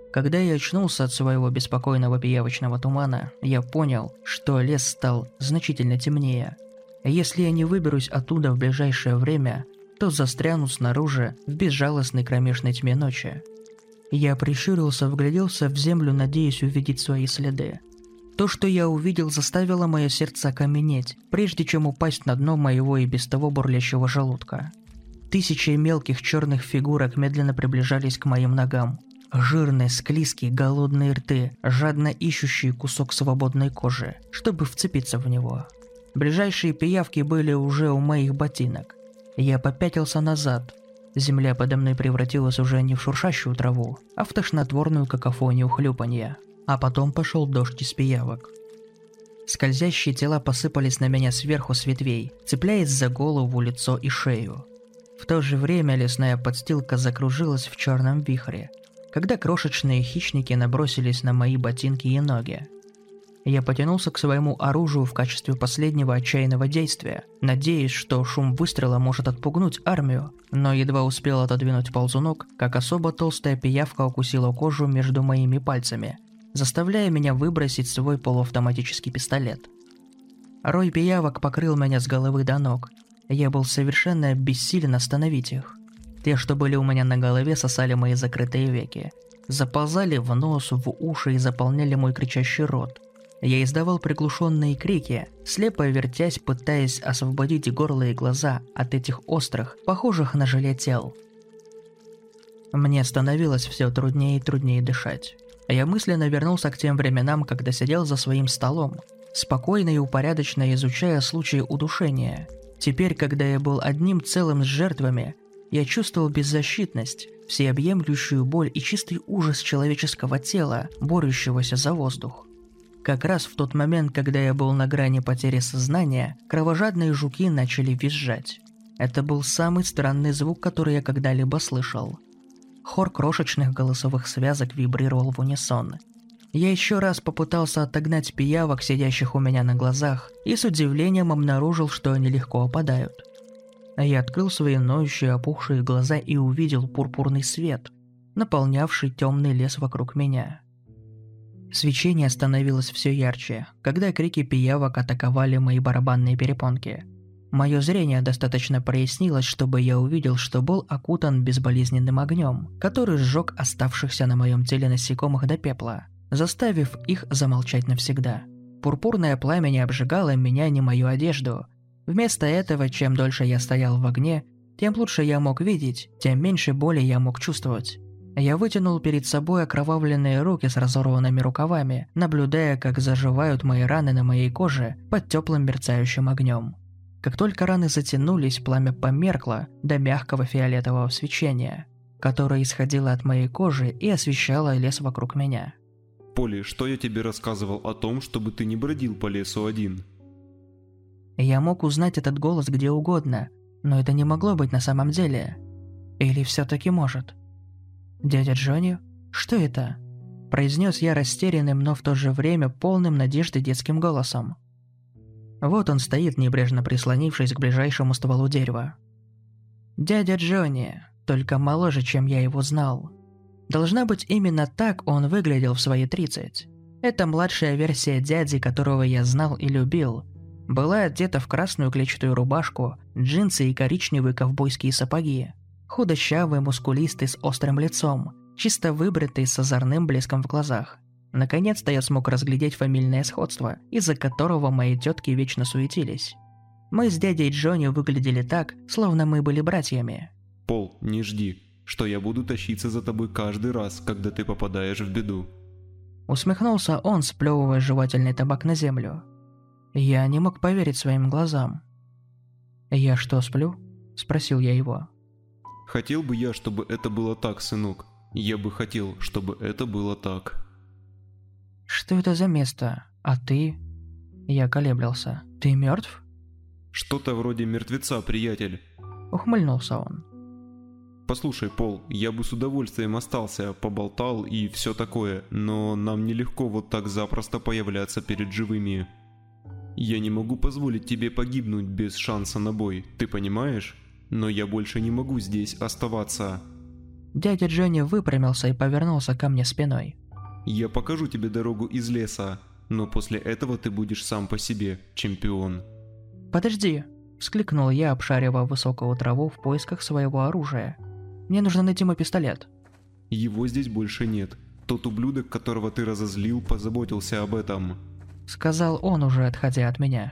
Когда я очнулся от своего беспокойного пиявочного тумана, я понял, что лес стал значительно темнее. Если я не выберусь оттуда в ближайшее время, то застряну снаружи в безжалостной кромешной тьме ночи. Я прищурился, вгляделся в землю, надеясь увидеть свои следы. То, что я увидел, заставило мое сердце окаменеть, прежде чем упасть на дно моего и без того бурлящего желудка. Тысячи мелких черных фигурок медленно приближались к моим ногам. Жирные, склизкие, голодные рты, жадно ищущие кусок свободной кожи, чтобы вцепиться в него. Ближайшие пиявки были уже у моих ботинок. Я попятился назад. Земля подо мной превратилась уже не в шуршащую траву, а в тошнотворную какофонию хлюпанья. А потом пошел дождь из пиявок. Скользящие тела посыпались на меня сверху с ветвей, цепляясь за голову, лицо и шею. В то же время лесная подстилка закружилась в черном вихре, когда крошечные хищники набросились на мои ботинки и ноги. Я потянулся к своему оружию в качестве последнего отчаянного действия, надеясь, что шум выстрела может отпугнуть армию, но едва успел отодвинуть ползунок, как особо толстая пиявка укусила кожу между моими пальцами, заставляя меня выбросить свой полуавтоматический пистолет. Рой пиявок покрыл меня с головы до ног. Я был совершенно бессилен остановить их. Те, что были у меня на голове, сосали мои закрытые веки, заползали в нос, в уши и заполняли мой кричащий рот. Я издавал приглушенные крики, слепо вертясь, пытаясь освободить горло и глаза от этих острых, похожих на желе тел. Мне становилось все труднее и труднее дышать. Я мысленно вернулся к тем временам, когда сидел за своим столом, спокойно и упорядоченно изучая случаи удушения. Теперь, когда я был одним целым с жертвами, я чувствовал беззащитность, всеобъемлющую боль и чистый ужас человеческого тела, борющегося за воздух. Как раз в тот момент, когда я был на грани потери сознания, кровожадные жуки начали визжать. Это был самый странный звук, который я когда-либо слышал. Хор крошечных голосовых связок вибрировал в унисон. Я еще раз попытался отогнать пиявок, сидящих у меня на глазах, и с удивлением обнаружил, что они легко опадают. Я открыл свои ноющие опухшие глаза и увидел пурпурный свет, наполнявший темный лес вокруг меня. Свечение становилось все ярче, когда крики пиявок атаковали мои барабанные перепонки. Мое зрение достаточно прояснилось, чтобы я увидел, что был окутан безболезненным огнем, который сжег оставшихся на моем теле насекомых до пепла, заставив их замолчать навсегда. Пурпурное пламя не обжигало меня ни мою одежду. Вместо этого, чем дольше я стоял в огне, тем лучше я мог видеть, тем меньше боли я мог чувствовать. Я вытянул перед собой окровавленные руки с разорванными рукавами, наблюдая, как заживают мои раны на моей коже под теплым мерцающим огнем. Как только раны затянулись, пламя померкло до мягкого фиолетового свечения, которое исходило от моей кожи и освещало лес вокруг меня. Поли, что я тебе рассказывал о том, чтобы ты не бродил по лесу один? Я мог узнать этот голос где угодно, но это не могло быть на самом деле. Или все-таки может? «Дядя Джонни? Что это?» – произнес я растерянным, но в то же время полным надежды детским голосом. Вот он стоит, небрежно прислонившись к ближайшему стволу дерева. «Дядя Джонни, только моложе, чем я его знал. Должна быть, именно так он выглядел в свои 30. Это младшая версия дяди, которого я знал и любил. Была одета в красную клетчатую рубашку, джинсы и коричневые ковбойские сапоги. Худощавый, мускулистый, с острым лицом, чисто выбритый, с озорным блеском в глазах. Наконец-то я смог разглядеть фамильное сходство, из-за которого мои тетки вечно суетились. Мы с дядей Джонни выглядели так, словно мы были братьями. Пол, не жди, что я буду тащиться за тобой каждый раз, когда ты попадаешь в беду. Усмехнулся он, сплевывая жевательный табак на землю. Я не мог поверить своим глазам. «Я что, сплю?» – спросил я его. Хотел бы я, чтобы это было так, сынок. Я бы хотел, чтобы это было так. «Что это за место? А ты?» Я колеблился. «Ты мертв?» Что-то вроде мертвеца, приятель. Ухмыльнулся он. Послушай, Пол, я бы с удовольствием остался, поболтал и все такое, но нам нелегко вот так запросто появляться перед живыми. Я не могу позволить тебе погибнуть без шанса на бой, ты понимаешь? Но я больше не могу здесь оставаться. Дядя Джонни выпрямился и повернулся ко мне спиной. «Я покажу тебе дорогу из леса, но после этого ты будешь сам по себе, чемпион». «Подожди!» – вскликнул я, обшаривая высокую траву в поисках своего оружия. «Мне нужно найти мой пистолет». «Его здесь больше нет. Тот ублюдок, которого ты разозлил, позаботился об этом», – сказал он, уже отходя от меня.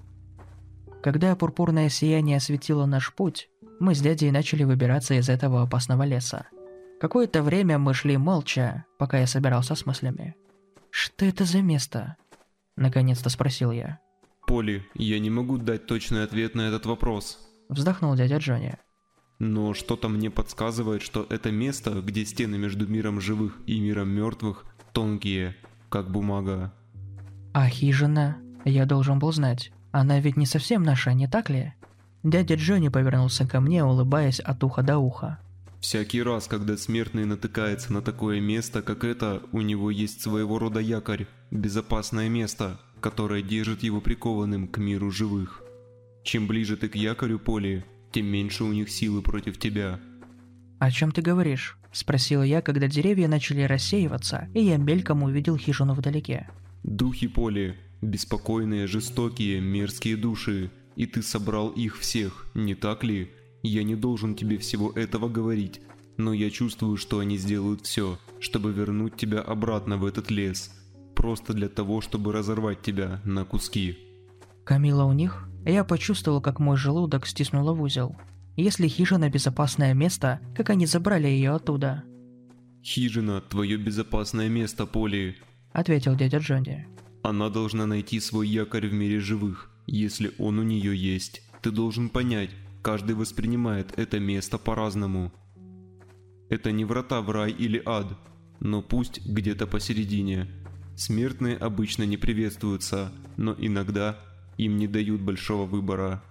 Когда пурпурное сияние осветило наш путь, мы с дядей начали выбираться из этого опасного леса. Какое-то время мы шли молча, пока я собирался с мыслями. «Что это за место?» – наконец-то спросил я. «Поли, я не могу дать точный ответ на этот вопрос», – вздохнул дядя Джонни. «Но что-то мне подсказывает, что это место, где стены между миром живых и миром мертвых тонкие, как бумага». «А хижина? Я должен был знать. Она ведь не совсем наша, не так ли?» Дядя Джонни повернулся ко мне, улыбаясь от уха до уха. «Всякий раз, когда смертный натыкается на такое место, как это, у него есть своего рода якорь, безопасное место, которое держит его прикованным к миру живых. Чем ближе ты к якорю, Поли, тем меньше у них силы против тебя». «О чем ты говоришь?» – спросил я, когда деревья начали рассеиваться, и я мельком увидел хижину вдалеке. «Духи, Поли, беспокойные, жестокие, мерзкие души, и ты собрал их всех, не так ли? Я не должен тебе всего этого говорить, но я чувствую, что они сделают все, чтобы вернуть тебя обратно в этот лес, просто для того, чтобы разорвать тебя на куски». «Камила у них?» Я почувствовал, как мой желудок стиснуло в узел. Если хижина – безопасное место, как они забрали ее оттуда? «Хижина – твое безопасное место, Поли», – ответил дядя Джонни. «Она должна найти свой якорь в мире живых, если он у нее есть. Ты должен понять, каждый воспринимает это место по-разному. Это не врата в рай или ад, но пусть где-то посередине. Смертные обычно не приветствуются, но иногда им не дают большого выбора».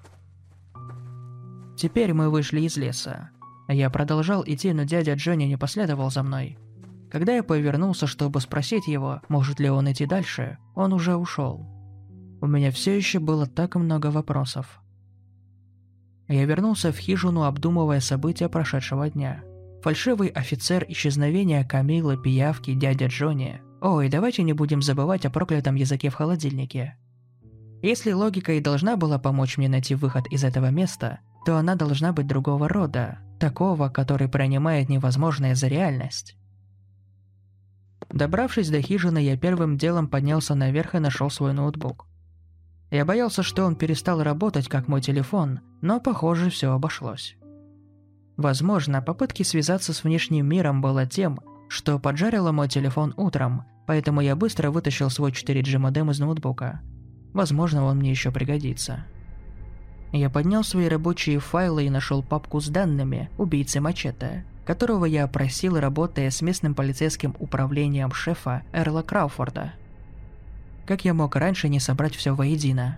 Теперь мы вышли из леса. Я продолжал идти, но дядя Джонни не последовал за мной. Когда я повернулся, чтобы спросить его, может ли он идти дальше, он уже ушел. У меня все еще было так много вопросов. Я вернулся в хижину, обдумывая события прошедшего дня. Фальшивый офицер, исчезновение Камилы, пиявки, дядя Джонни. Ой, давайте не будем забывать о проклятом языке в холодильнике. Если логика и должна была помочь мне найти выход из этого места, то она должна быть другого рода, такого, который принимает невозможное за реальность. Добравшись до хижины, я первым делом поднялся наверх и нашел свой ноутбук. Я боялся, что он перестал работать, как мой телефон, но, похоже, все обошлось. Возможно, попытки связаться с внешним миром было тем, что поджарило мой телефон утром, поэтому я быстро вытащил свой 4G модем из ноутбука. Возможно, он мне еще пригодится. Я поднял свои рабочие файлы и нашел папку с данными убийцы Мачете, которого я опросил, работая с местным полицейским управлением шефа Эрла Крауфорда. Как я мог раньше не собрать все воедино?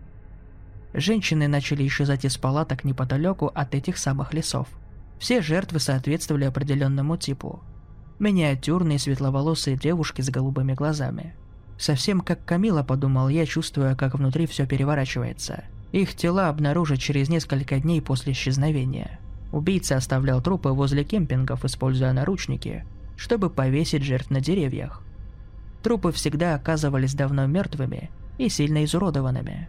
Женщины начали исчезать из палаток неподалеку от этих самых лесов. Все жертвы соответствовали определенному типу. Миниатюрные светловолосые девушки с голубыми глазами. Совсем как Камила, подумал я, чувствуя, как внутри все переворачивается. Их тела обнаружат через несколько дней после исчезновения. Убийца оставлял трупы возле кемпингов, используя наручники, чтобы повесить жертв на деревьях. Трупы всегда оказывались давно мертвыми и сильно изуродованными.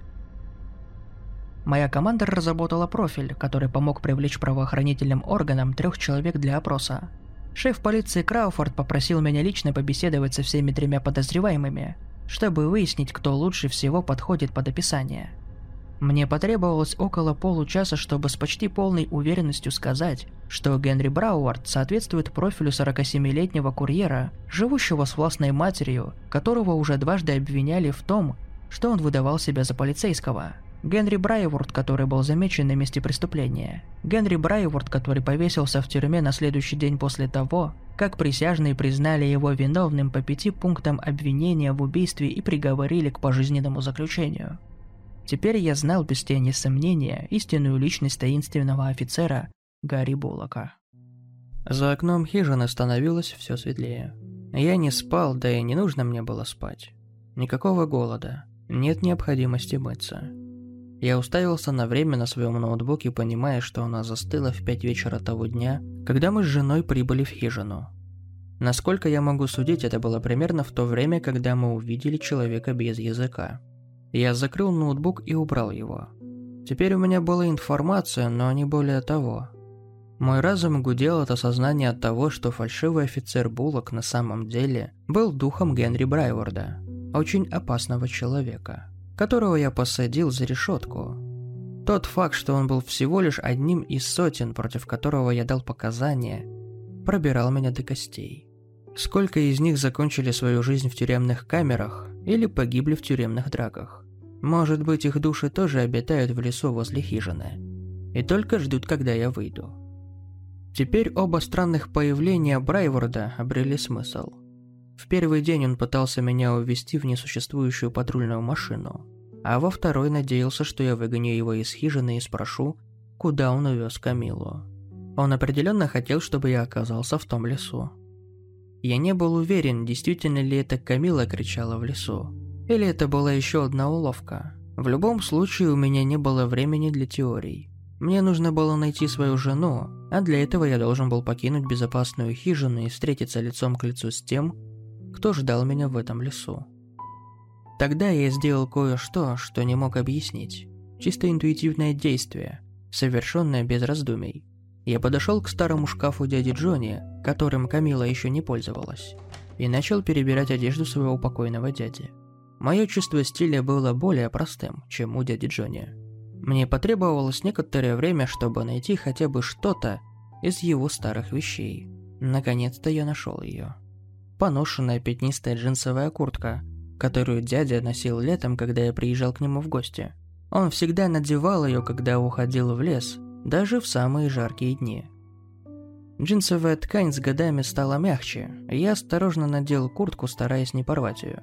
Моя команда разработала профиль, который помог привлечь правоохранительным органам 3 человек для опроса. Шеф полиции Крауфорд попросил меня лично побеседовать со всеми 3 подозреваемыми, чтобы выяснить, кто лучше всего подходит под описание. Мне потребовалось около получаса, чтобы с почти полной уверенностью сказать, что Генри Брауард соответствует профилю 47-летнего курьера, живущего с властной матерью, которого уже дважды обвиняли в том, что он выдавал себя за полицейского. Генри Брайворд, который был замечен на месте преступления. Генри Брайворд, который повесился в тюрьме на следующий день после того, как присяжные признали его виновным по 5 пунктам обвинения в убийстве и приговорили к пожизненному заключению. Теперь я знал без тени сомнения истинную личность таинственного офицера Гарри Буллока. За окном хижины становилось все светлее. Я не спал, да и не нужно мне было спать. Никакого голода, нет необходимости мыться. Я уставился на время на своем ноутбуке, понимая, что оно застыло в 5 вечера того дня, когда мы с женой прибыли в хижину. Насколько я могу судить, это было примерно в то время, когда мы увидели человека без языка. Я закрыл ноутбук и убрал его. Теперь у меня была информация, но не более того. Мой разум гудел от осознания того, что фальшивый офицер Буллок на самом деле был духом Генри Брайворда, очень опасного человека, которого я посадил за решетку. Тот факт, что он был всего лишь одним из сотен, против которого я дал показания, пробирал меня до костей. Сколько из них закончили свою жизнь в тюремных камерах или погибли в тюремных драках? Может быть, их души тоже обитают в лесу возле хижины и только ждут, когда я выйду. Теперь оба странных появления Брайворда обрели смысл. В первый день он пытался меня увезти в несуществующую патрульную машину, а во второй надеялся, что я выгоню его из хижины и спрошу, куда он увез Камилу. Он определенно хотел, чтобы я оказался в том лесу. Я не был уверен, действительно ли это Камила кричала в лесу, или это была еще одна уловка. В любом случае, у меня не было времени для теорий. Мне нужно было найти свою жену, а для этого я должен был покинуть безопасную хижину и встретиться лицом к лицу с тем, кто ждал меня в этом лесу. Тогда я сделал кое-что, что не мог объяснить. Чисто интуитивное действие, совершенное без раздумий. Я подошел к старому шкафу дяди Джонни, которым Камила еще не пользовалась, и начал перебирать одежду своего покойного дяди. Мое чувство стиля было более простым, чем у дяди Джонни. Мне потребовалось некоторое время, чтобы найти хотя бы что-то из его старых вещей. Наконец-то я нашел ее. Поношенная пятнистая джинсовая куртка, которую дядя носил летом, когда я приезжал к нему в гости. Он всегда надевал ее, когда уходил в лес, даже в самые жаркие дни. Джинсовая ткань с годами стала мягче, и я осторожно надел куртку, стараясь не порвать ее.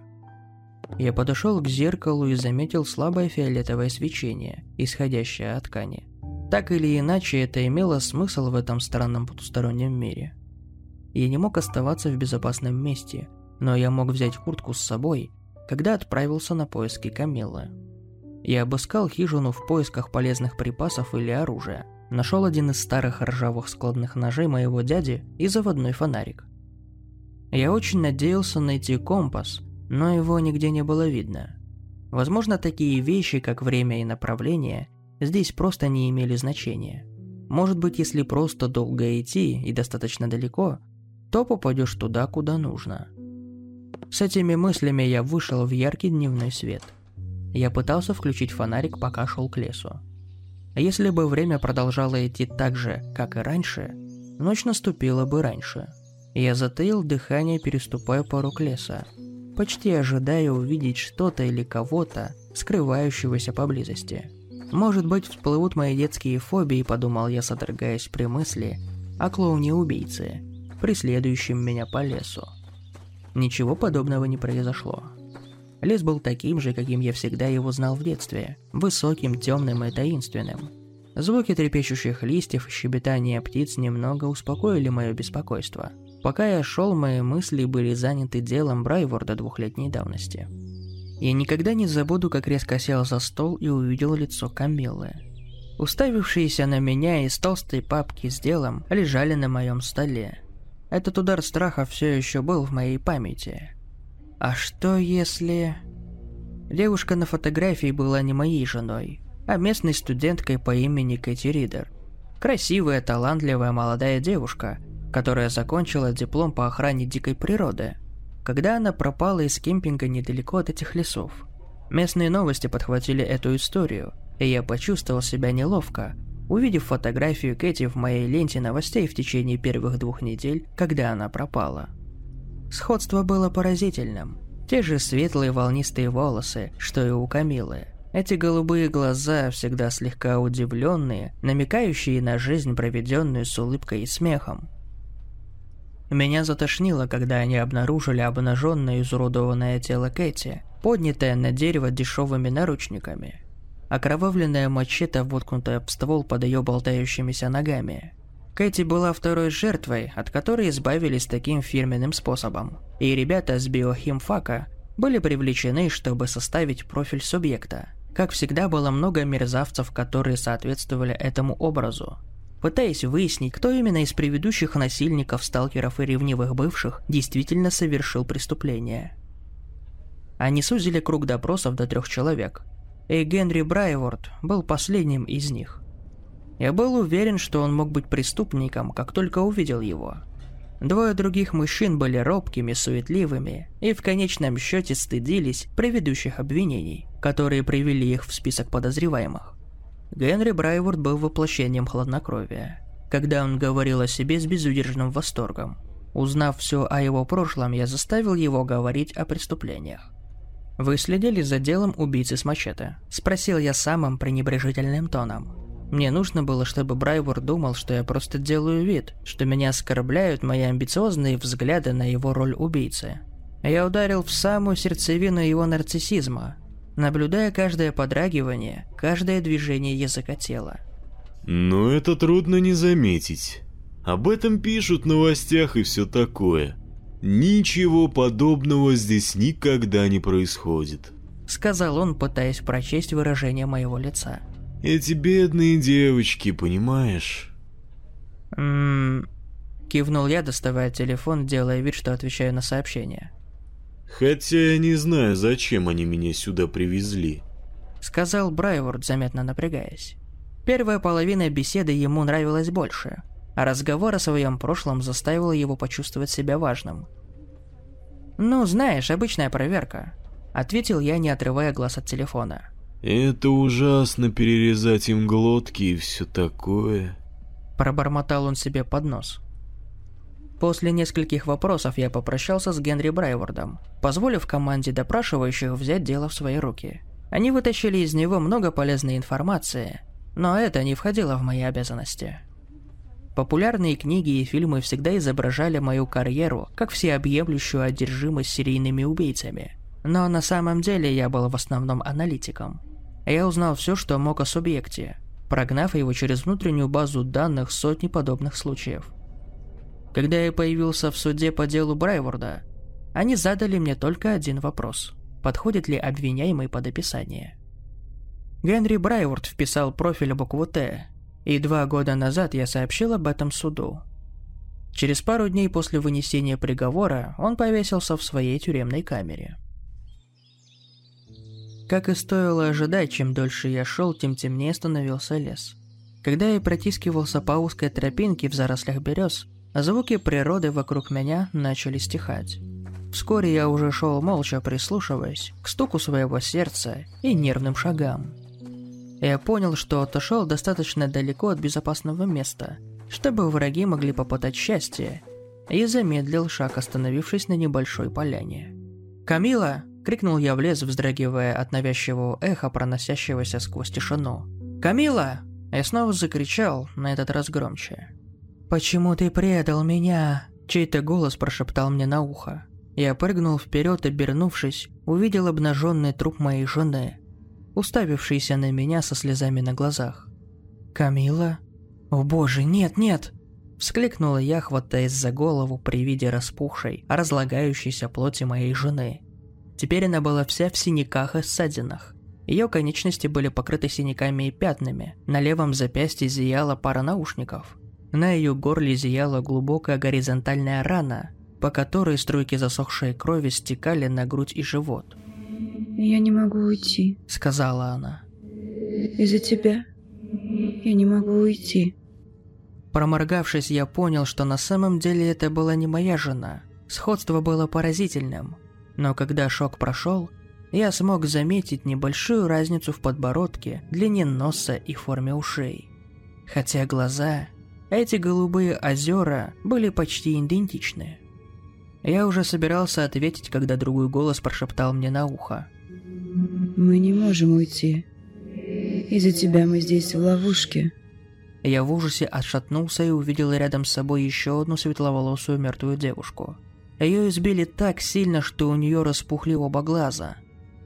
Я подошел к зеркалу и заметил слабое фиолетовое свечение, исходящее от ткани. Так или иначе, это имело смысл в этом странном потустороннем мире. Я не мог оставаться в безопасном месте, но я мог взять куртку с собой, когда отправился на поиски Камиллы. Я обыскал хижину в поисках полезных припасов или оружия. Нашел один из старых ржавых складных ножей моего дяди и заводной фонарик. Я очень надеялся найти компас, но его нигде не было видно. Возможно, такие вещи, как время и направление, здесь просто не имели значения. Может быть, если просто долго идти и достаточно далеко, то попадешь туда, куда нужно. С этими мыслями я вышел в яркий дневной свет. Я пытался включить фонарик, пока шел к лесу. Если бы время продолжало идти так же, как и раньше, ночь наступила бы раньше. Я затаил дыхание, переступая порог леса, почти ожидая увидеть что-то или кого-то, скрывающегося поблизости. Может быть, всплывут мои детские фобии, подумал я, содрогаясь при мысли о клоуне-убийце, преследующем меня по лесу. Ничего подобного не произошло. Лес был таким же, каким я всегда его знал в детстве, высоким, темным и таинственным. Звуки трепещущих листьев и щебетание птиц немного успокоили мое беспокойство. Пока я шел, мои мысли были заняты делом Брайворда 2-летней давности. Я никогда не забуду, как резко сел за стол и увидел лицо Камиллы. Уставившиеся на меня из толстой папки с делом лежали на моем столе. Этот удар страха все еще был в моей памяти. А что если... Девушка на фотографии была не моей женой, а местной студенткой по имени Кэти Ридер. Красивая, талантливая молодая девушка, которая закончила диплом по охране дикой природы, когда она пропала из кемпинга недалеко от этих лесов. Местные новости подхватили эту историю, и я почувствовал себя неловко, увидев фотографию Кэти в моей ленте новостей в течение первых 2 недель, когда она пропала. Сходство было поразительным. Те же светлые волнистые волосы, что и у Камилы. Эти голубые глаза, всегда слегка удивленные, намекающие на жизнь, проведенную с улыбкой и смехом. Меня затошнило, когда они обнаружили обнаженное и изуродованное тело Кэти, поднятое на дерево дешевыми наручниками. Окровавленная мачете, воткнутая в ствол под ее болтающимися ногами. Кэти была второй жертвой, от которой избавились таким фирменным способом, и ребята с биохимфака были привлечены, чтобы составить профиль субъекта. Как всегда, было много мерзавцев, которые соответствовали этому образу. пытаясь выяснить, кто именно из предыдущих насильников, сталкеров и ревнивых бывших действительно совершил преступление. Они сузили круг допросов до 3 человек, и Генри Брайворд был последним из них. Я был уверен, что он мог быть преступником, как только увидел его. 2 других мужчин были робкими, суетливыми и в конечном счете стыдились предыдущих обвинений, которые привели их в список подозреваемых. Генри Брайворд был воплощением хладнокровия, когда он говорил о себе с безудержным восторгом. Узнав все о его прошлом, я заставил его говорить о преступлениях. «Вы следили за делом убийцы с мачете?» – спросил я самым пренебрежительным тоном. Мне нужно было, чтобы Брайворд думал, что я просто делаю вид, что меня оскорбляют мои амбициозные взгляды на его роль убийцы. Я ударил в самую сердцевину его нарциссизма, наблюдая каждое подрагивание, каждое движение языка тела. Но это трудно не заметить. Об этом пишут в новостях и все такое. Ничего подобного здесь никогда не происходит, сказал он, пытаясь прочесть выражение моего лица. Эти бедные девочки, понимаешь? Кивнул я, доставая телефон, делая вид, что отвечаю на сообщение. Хотя я не знаю, зачем они меня сюда привезли, сказал Брайворд, заметно напрягаясь. Первая половина беседы ему нравилась больше, а разговор о своем прошлом заставил его почувствовать себя важным. «Ну, знаешь, обычная проверка», — ответил я, не отрывая глаз от телефона. «Это ужасно перерезать им глотки и все такое», — пробормотал он себе под нос. После нескольких вопросов я попрощался с Генри Брайвордом, позволив команде допрашивающих взять дело в свои руки. Они вытащили из него много полезной информации, но это не входило в мои обязанности. Популярные книги и фильмы всегда изображали мою карьеру как всеобъемлющую одержимость серийными убийцами, но на самом деле я был в основном аналитиком. Я узнал все, что мог о субъекте, прогнав его через внутреннюю базу данных сотни подобных случаев. Когда я появился в суде по делу Брайворда, они задали мне только один вопрос: подходит ли обвиняемый под описание. Генри Брайворд вписал профиль букву «Т», и 2 года назад я сообщил об этом суду. Через пару дней после вынесения приговора он повесился в своей тюремной камере. Как и стоило ожидать, чем дольше я шел, тем темнее становился лес. Когда я протискивался по узкой тропинке в зарослях берез, звуки природы вокруг меня начали стихать. Вскоре я уже шел молча, прислушиваясь к стуку своего сердца и нервным шагам. Я понял, что отошел достаточно далеко от безопасного места, чтобы враги могли попытать счастье, и замедлил шаг, остановившись на небольшой поляне. «Камила!» — крикнул я в лес, вздрагивая от навязчивого эха, проносящегося сквозь тишину. «Камила!» — я снова закричал, на этот раз громче. «Почему ты предал меня?» — чей-то голос прошептал мне на ухо. Я прыгнул вперед, обернувшись, увидел обнаженный труп моей жены, уставившийся на меня со слезами на глазах. «Камила? О боже, нет, нет!» — вскликнула я, хватаясь за голову при виде распухшей, разлагающейся плоти моей жены. Теперь она была вся в синяках и ссадинах. Ее конечности были покрыты синяками и пятнами, на левом запястье зияла пара наушников. На ее горле зияла глубокая горизонтальная рана, по которой струйки засохшей крови стекали на грудь и живот. «Я не могу уйти», — сказала она. «Из-за тебя я не могу уйти». Проморгавшись, я понял, что на самом деле это была не моя жена. Сходство было поразительным. Но когда шок прошел, я смог заметить небольшую разницу в подбородке, длине носа и форме ушей. Хотя глаза, эти голубые озера, были почти идентичны. Я уже собирался ответить, когда другой голос прошептал мне на ухо. «Мы не можем уйти. Из-за тебя мы здесь в ловушке». Я в ужасе отшатнулся и увидел рядом с собой еще одну светловолосую мертвую девушку. Ее избили так сильно, что у нее распухли оба глаза.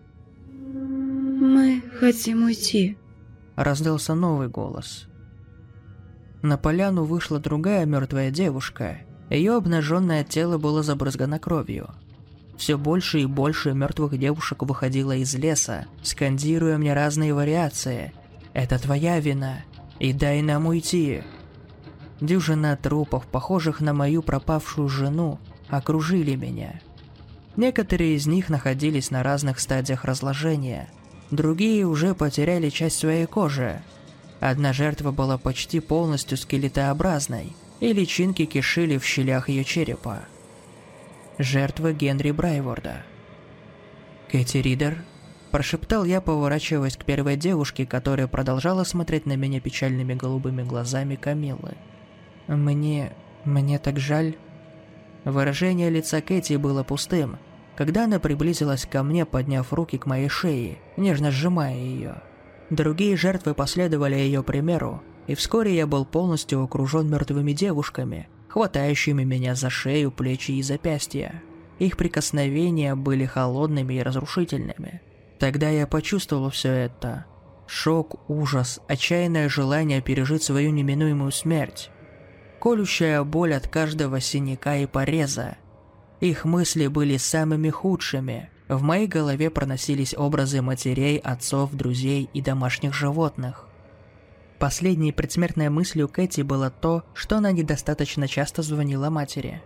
«Мы хотим уйти», — раздался новый голос. На поляну вышла другая мертвая девушка. Ее обнаженное тело было забрызгано кровью. Все больше и больше мертвых девушек выходило из леса, скандируя мне разные вариации. «Это твоя вина, и дай нам уйти». Дюжина трупов, похожих на мою пропавшую жену, окружили меня. Некоторые из них находились на разных стадиях разложения, другие уже потеряли часть своей кожи. Одна жертва была почти полностью скелетообразной, и личинки кишили в щелях ее черепа. Жертва Генри Брайворда. «Кэти Ридер?» – прошептал я, поворачиваясь к первой девушке, которая продолжала смотреть на меня печальными голубыми глазами Камиллы. «Мне так жаль». Выражение лица Кэти было пустым, когда она приблизилась ко мне, подняв руки к моей шее, нежно сжимая ее. Другие жертвы последовали ее примеру, и вскоре я был полностью окружен мертвыми девушками, хватающими меня за шею, плечи и запястья. Их прикосновения были холодными и разрушительными. Тогда я почувствовал все это. Шок, ужас, отчаянное желание пережить свою неминуемую смерть. Колющая боль от каждого синяка и пореза. Их мысли были самыми худшими. В моей голове проносились образы матерей, отцов, друзей и домашних животных. Последней предсмертной мыслью Кэти было то, что она недостаточно часто звонила матери.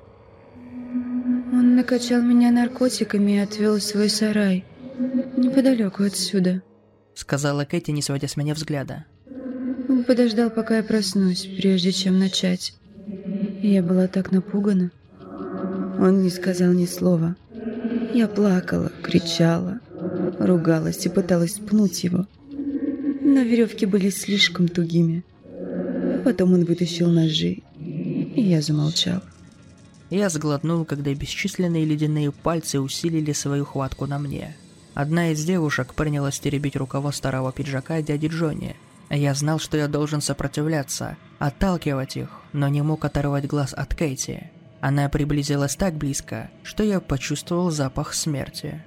Он накачал меня наркотиками и отвел в свой сарай, неподалеку отсюда, сказала Кэти, не сводя с меня взгляда. Он подождал, пока я проснусь, прежде чем начать. Я была так напугана. Он не сказал ни слова. Я плакала, кричала, ругалась и пыталась пнуть его. Но веревки были слишком тугими. Потом он вытащил ножи, и я замолчала. Я сглотнул, когда бесчисленные ледяные пальцы усилили свою хватку на мне. Одна из девушек принялась теребить рукава старого пиджака дяди Джонни. Я знал, что я должен сопротивляться, отталкивать их, но не мог оторвать глаз от Кэти. Она приблизилась так близко, что я почувствовал запах смерти.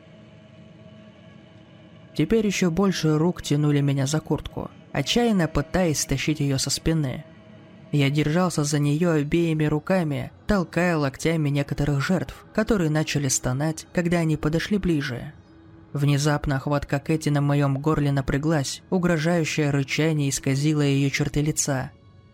Теперь еще больше рук тянули меня за куртку, отчаянно пытаясь стащить ее со спины. Я держался за нее обеими руками, толкая локтями некоторых жертв, которые начали стонать, когда они подошли ближе. Внезапно хватка Кэти на моем горле напряглась, угрожающее рычание исказило ее черты лица.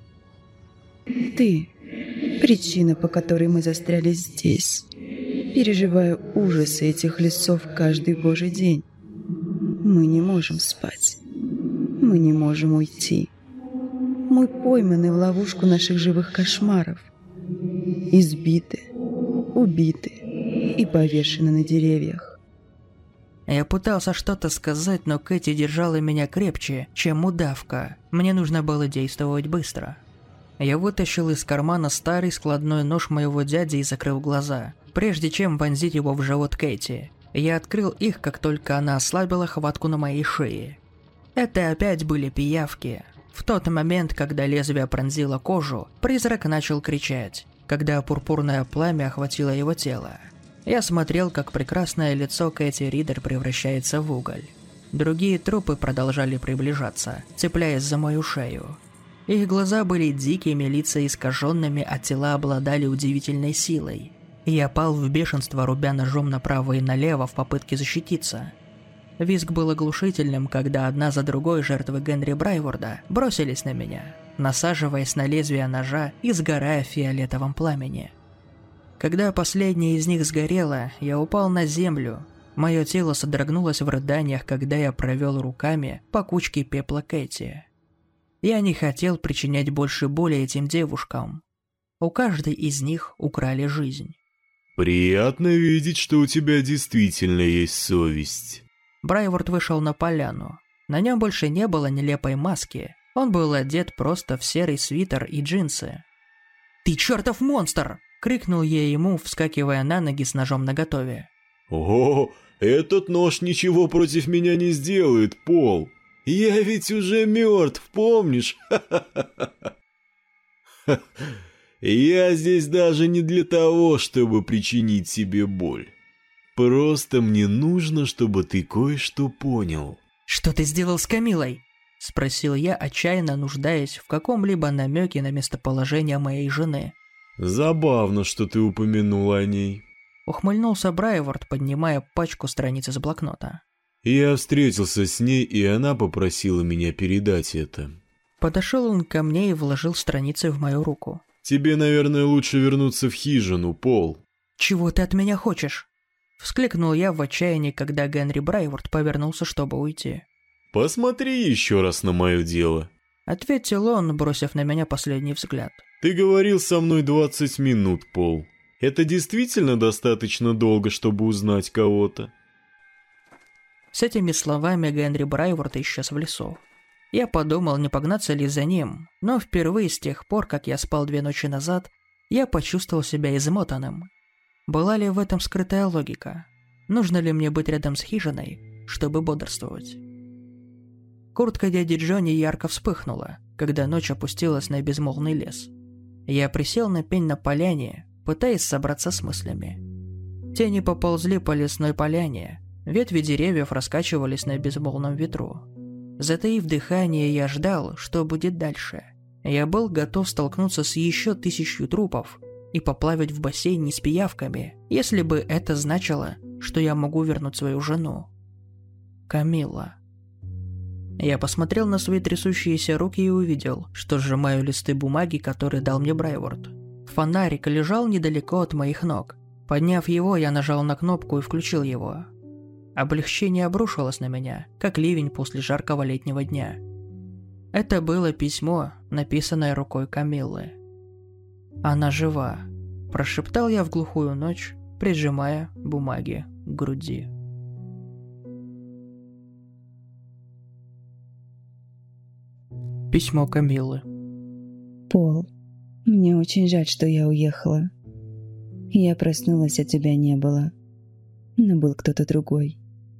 Ты – причина, по которой мы застряли здесь. Переживаю ужасы этих лесов каждый божий день. Мы не можем спать. Мы не можем уйти. Мы пойманы в ловушку наших живых кошмаров. Избиты, убиты и повешены на деревьях. Я пытался что-то сказать, но Кэти держала меня крепче, чем удавка. Мне нужно было действовать быстро. Я вытащил из кармана старый складной нож моего дяди и закрыл глаза, прежде чем вонзить его в живот Кэти. Я открыл их, как только она ослабила хватку на моей шее. Это опять были пиявки. В тот момент, когда лезвие пронзило кожу, призрак начал кричать, когда пурпурное пламя охватило его тело. Я смотрел, как прекрасное лицо Кэти Ридер превращается в уголь. Другие трупы продолжали приближаться, цепляясь за мою шею. Их глаза были дикими, лица искаженными, а тела обладали удивительной силой. Я пал в бешенство, рубя ножом направо и налево в попытке защититься. Визг был оглушительным, когда одна за другой жертвы Генри Брайворда бросились на меня, насаживаясь на лезвие ножа и сгорая в фиолетовом пламени. Когда последняя из них сгорела, я упал на землю. Мое тело содрогнулось в рыданиях, когда я провел руками по кучке пепла Кэти. Я не хотел причинять больше боли этим девушкам. У каждой из них украли жизнь. «Приятно видеть, что у тебя действительно есть совесть». Брайворд вышел на поляну. На нем больше не было нелепой маски. Он был одет просто в серый свитер и джинсы. «Ты чертов монстр!» — крикнул я ему, вскакивая на ноги с ножом наготове. «О, этот нож ничего против меня не сделает, Пол. Я ведь уже мертв, помнишь? Я здесь даже не для того, чтобы причинить себе боль. Просто мне нужно, чтобы ты кое-что понял». «Что ты сделал с Камиллой?» — спросил я, отчаянно нуждаясь в каком-либо намеке на местоположение моей жены. «Забавно, что ты упомянул о ней», — ухмыльнулся Брайворд, поднимая пачку страниц из блокнота. «Я встретился с ней, и она попросила меня передать это. Подошел он ко мне и вложил страницы в мою руку. «Тебе, наверное, лучше вернуться в хижину, Пол». «Чего ты от меня хочешь?» Вскликнул я в отчаянии, когда Генри Брайворд повернулся, чтобы уйти. «Посмотри еще раз на мое дело», — ответил он, бросив на меня последний взгляд. «Ты говорил со мной 20 минут, Пол. Это действительно достаточно долго, чтобы узнать кого-то?» С этими словами Генри Брайворд исчез в лесу. Я подумал, не погнаться ли за ним, но впервые с тех пор, как я спал 2 ночи назад, я почувствовал себя измотанным. Была ли в этом скрытая логика? Нужно ли мне быть рядом с хижиной, чтобы бодрствовать? Куртка дяди Джонни ярко вспыхнула, когда ночь опустилась на безмолвный лес. Я присел на пень на поляне, пытаясь собраться с мыслями. Тени поползли по лесной поляне, ветви деревьев раскачивались на безмолвном ветру. Затаив дыхание, я ждал, что будет дальше. Я был готов столкнуться с еще 1000 трупов и поплавать в бассейне с пиявками, если бы это значило, что я могу вернуть свою жену. Камилла. Я посмотрел на свои трясущиеся руки и увидел, что сжимаю листы бумаги, которые дал мне Брайворд. Фонарик лежал недалеко от моих ног. Подняв его, я нажал на кнопку и включил его. Облегчение обрушилось на меня, как ливень после жаркого летнего дня. Это было письмо, написанное рукой Камиллы. «Она жива», – прошептал я в глухую ночь, прижимая бумаги к груди. Письмо Камиллы. Пол, мне очень жаль, что я уехала. Я проснулась, а тебя не было. Но был кто-то другой.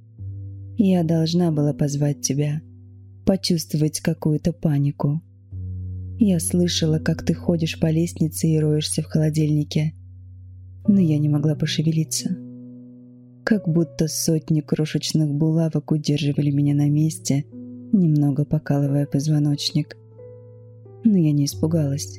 Я должна была позвать тебя, почувствовать какую-то панику. Я слышала, как ты ходишь по лестнице и роешься в холодильнике, но я не могла пошевелиться. Как будто сотни крошечных булавок удерживали меня на месте, немного покалывая позвоночник. Но я не испугалась.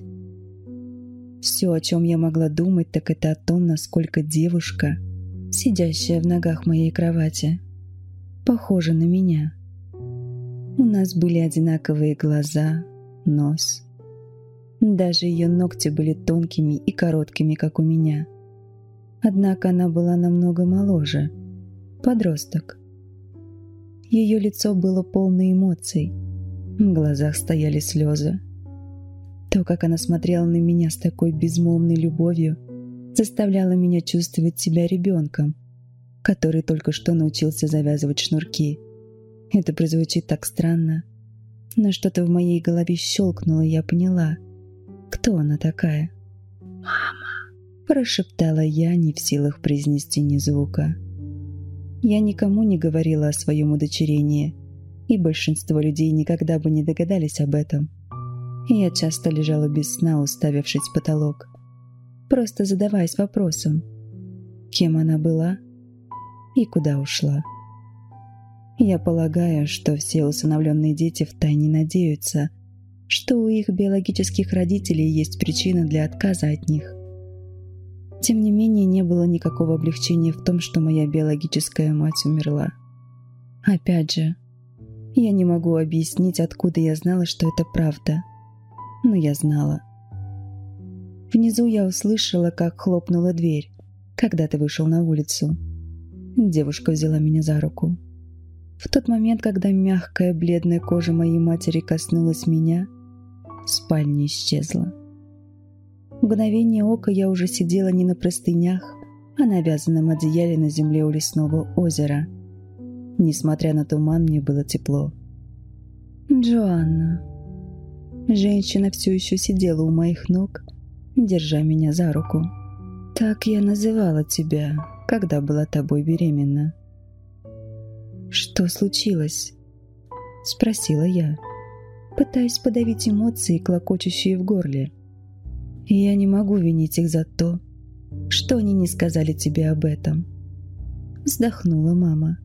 Все, о чем я могла думать, так это о том, насколько девушка, сидящая в ногах моей кровати, похожа на меня. У нас были одинаковые глаза, нос. Даже ее ногти были тонкими и короткими, как у меня. Однако она была намного моложе, подросток. Ее лицо было полно эмоций, в глазах стояли слезы. То, как она смотрела на меня с такой безмолвной любовью, заставляло меня чувствовать себя ребенком, который только что научился завязывать шнурки. Это прозвучит так странно, но что-то в моей голове щелкнуло, и я поняла, кто она такая. «Мама!» – прошептала я, не в силах произнести ни звука. Я никому не говорила о своем удочерении, и большинство людей никогда бы не догадались об этом. Я часто лежала без сна, уставившись в потолок, просто задаваясь вопросом, кем она была и куда ушла. Я полагаю, что все усыновленные дети втайне надеются, что у их биологических родителей есть причина для отказа от них. Тем не менее, не было никакого облегчения в том, что моя биологическая мать умерла. Опять же, я не могу объяснить, откуда я знала, что это правда. Но я знала. Внизу я услышала, как хлопнула дверь, когда ты вышел на улицу. Девушка взяла меня за руку. В тот момент, когда мягкая бледная кожа моей матери коснулась меня, спальня исчезла. В мгновение ока я уже сидела не на простынях, а на вязаном одеяле на земле у лесного озера. Несмотря на туман, мне было тепло. «Джоанна». Женщина все еще сидела у моих ног, держа меня за руку. «Так я называла тебя, когда была тобой беременна». «Что случилось?» – спросила я, пытаясь подавить эмоции, клокочущие в горле. «Я не могу винить их за то, что они не сказали тебе об этом», – вздохнула мама.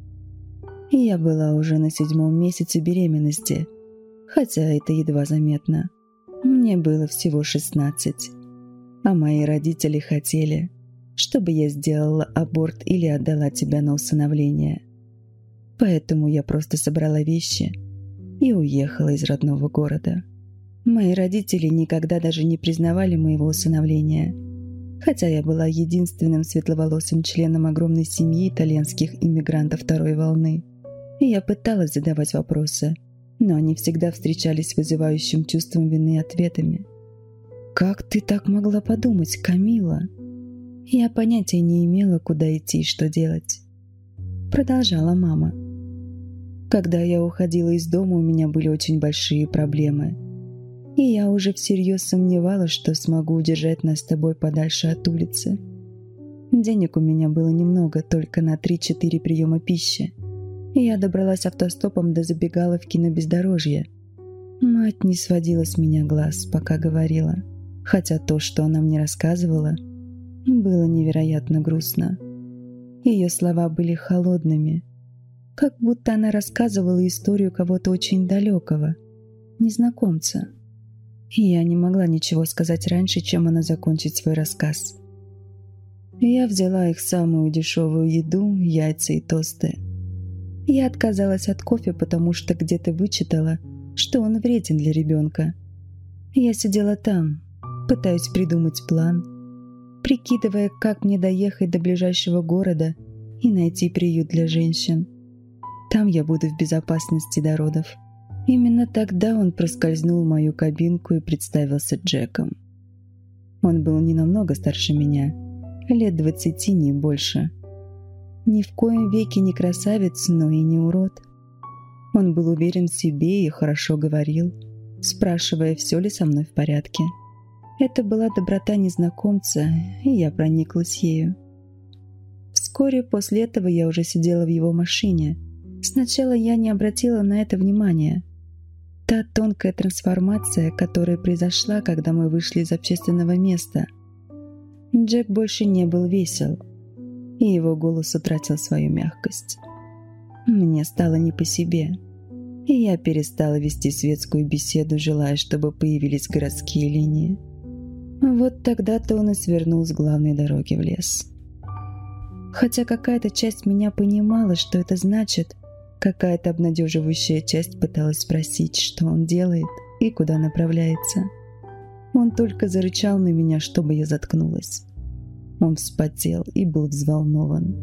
Я была уже на 7-м месяце беременности, хотя это едва заметно. Мне было всего 16, а мои родители хотели, чтобы я сделала аборт или отдала тебя на усыновление. Поэтому я просто собрала вещи и уехала из родного города. Мои родители никогда даже не признавали моего усыновления, хотя я была единственным светловолосым членом огромной семьи итальянских иммигрантов второй волны. И я пыталась задавать вопросы, но они всегда встречались с вызывающим чувством вины ответами. «Как ты так могла подумать, Камила?» Я понятия не имела, куда идти и что делать. Продолжала мама. Когда я уходила из дома, у меня были очень большие проблемы. И я уже всерьез сомневалась, что смогу удержать нас с тобой подальше от улицы. Денег у меня было немного, только на 3-4 приема пищи. И я добралась автостопом до забегаловки на бездорожье. Мать не сводила с меня глаз, пока говорила. Хотя то, что она мне рассказывала, было невероятно грустно. Ее слова были холодными, как будто она рассказывала историю кого-то очень далекого, незнакомца. И я не могла ничего сказать раньше, чем она закончит свой рассказ. Я взяла их самую дешевую еду, яйца и тосты. Я отказалась от кофе, потому что где-то вычитала, что он вреден для ребенка. Я сидела там, пытаясь придумать план, прикидывая, как мне доехать до ближайшего города и найти приют для женщин. Там я буду в безопасности до родов. Именно тогда он проскользнул в мою кабинку и представился Джеком. Он был не намного старше меня, лет 20, не больше. Ни в коем веке не красавец, но и не урод. Он был уверен в себе и хорошо говорил, спрашивая, все ли со мной в порядке. Это была доброта незнакомца, и я прониклась ею. Вскоре после этого я уже сидела в его машине. Сначала я не обратила на это внимания. Та тонкая трансформация, которая произошла, когда мы вышли из общественного места. Джек больше не был весел, и его голос утратил свою мягкость. Мне стало не по себе, и я перестала вести светскую беседу, желая, чтобы появились городские линии. Вот тогда-то он и свернул с главной дороги в лес. Хотя какая-то часть меня понимала, что это значит, какая-то обнадеживающая часть пыталась спросить, что он делает и куда направляется. Он только зарычал на меня, чтобы я заткнулась. Он вспотел и был взволнован.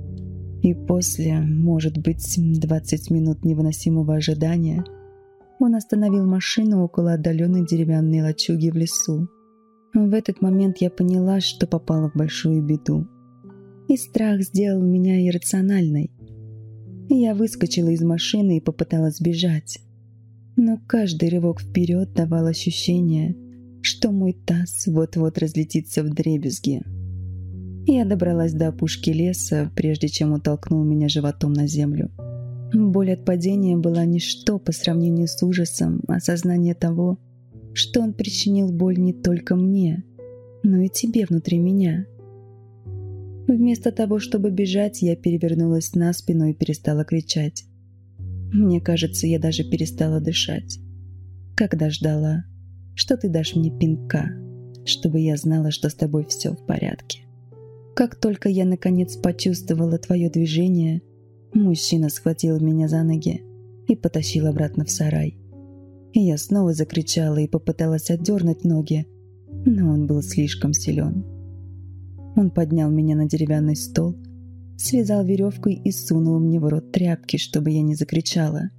И после, может быть, 20 минут невыносимого ожидания, он остановил машину около отдаленной деревянной лачуги в лесу. В этот момент я поняла, что попала в большую беду. И страх сделал меня иррациональной. Я выскочила из машины и попыталась бежать. Но каждый рывок вперед давал ощущение, что мой таз вот-вот разлетится вдребезги. Я добралась до опушки леса, прежде чем он толкнул меня животом на землю. Боль от падения была ничто по сравнению с ужасом осознания того, что он причинил боль не только мне, но и тебе внутри меня. Вместо того, чтобы бежать, я перевернулась на спину и перестала кричать. Мне кажется, я даже перестала дышать, когда ждала, что ты дашь мне пинка, чтобы я знала, что с тобой все в порядке. Как только я наконец почувствовала твое движение, мужчина схватил меня за ноги и потащил обратно в сарай. Я снова закричала и попыталась отдернуть ноги, но он был слишком силен. Он поднял меня на деревянный стол, связал веревкой и сунул мне в рот тряпки, чтобы я не закричала.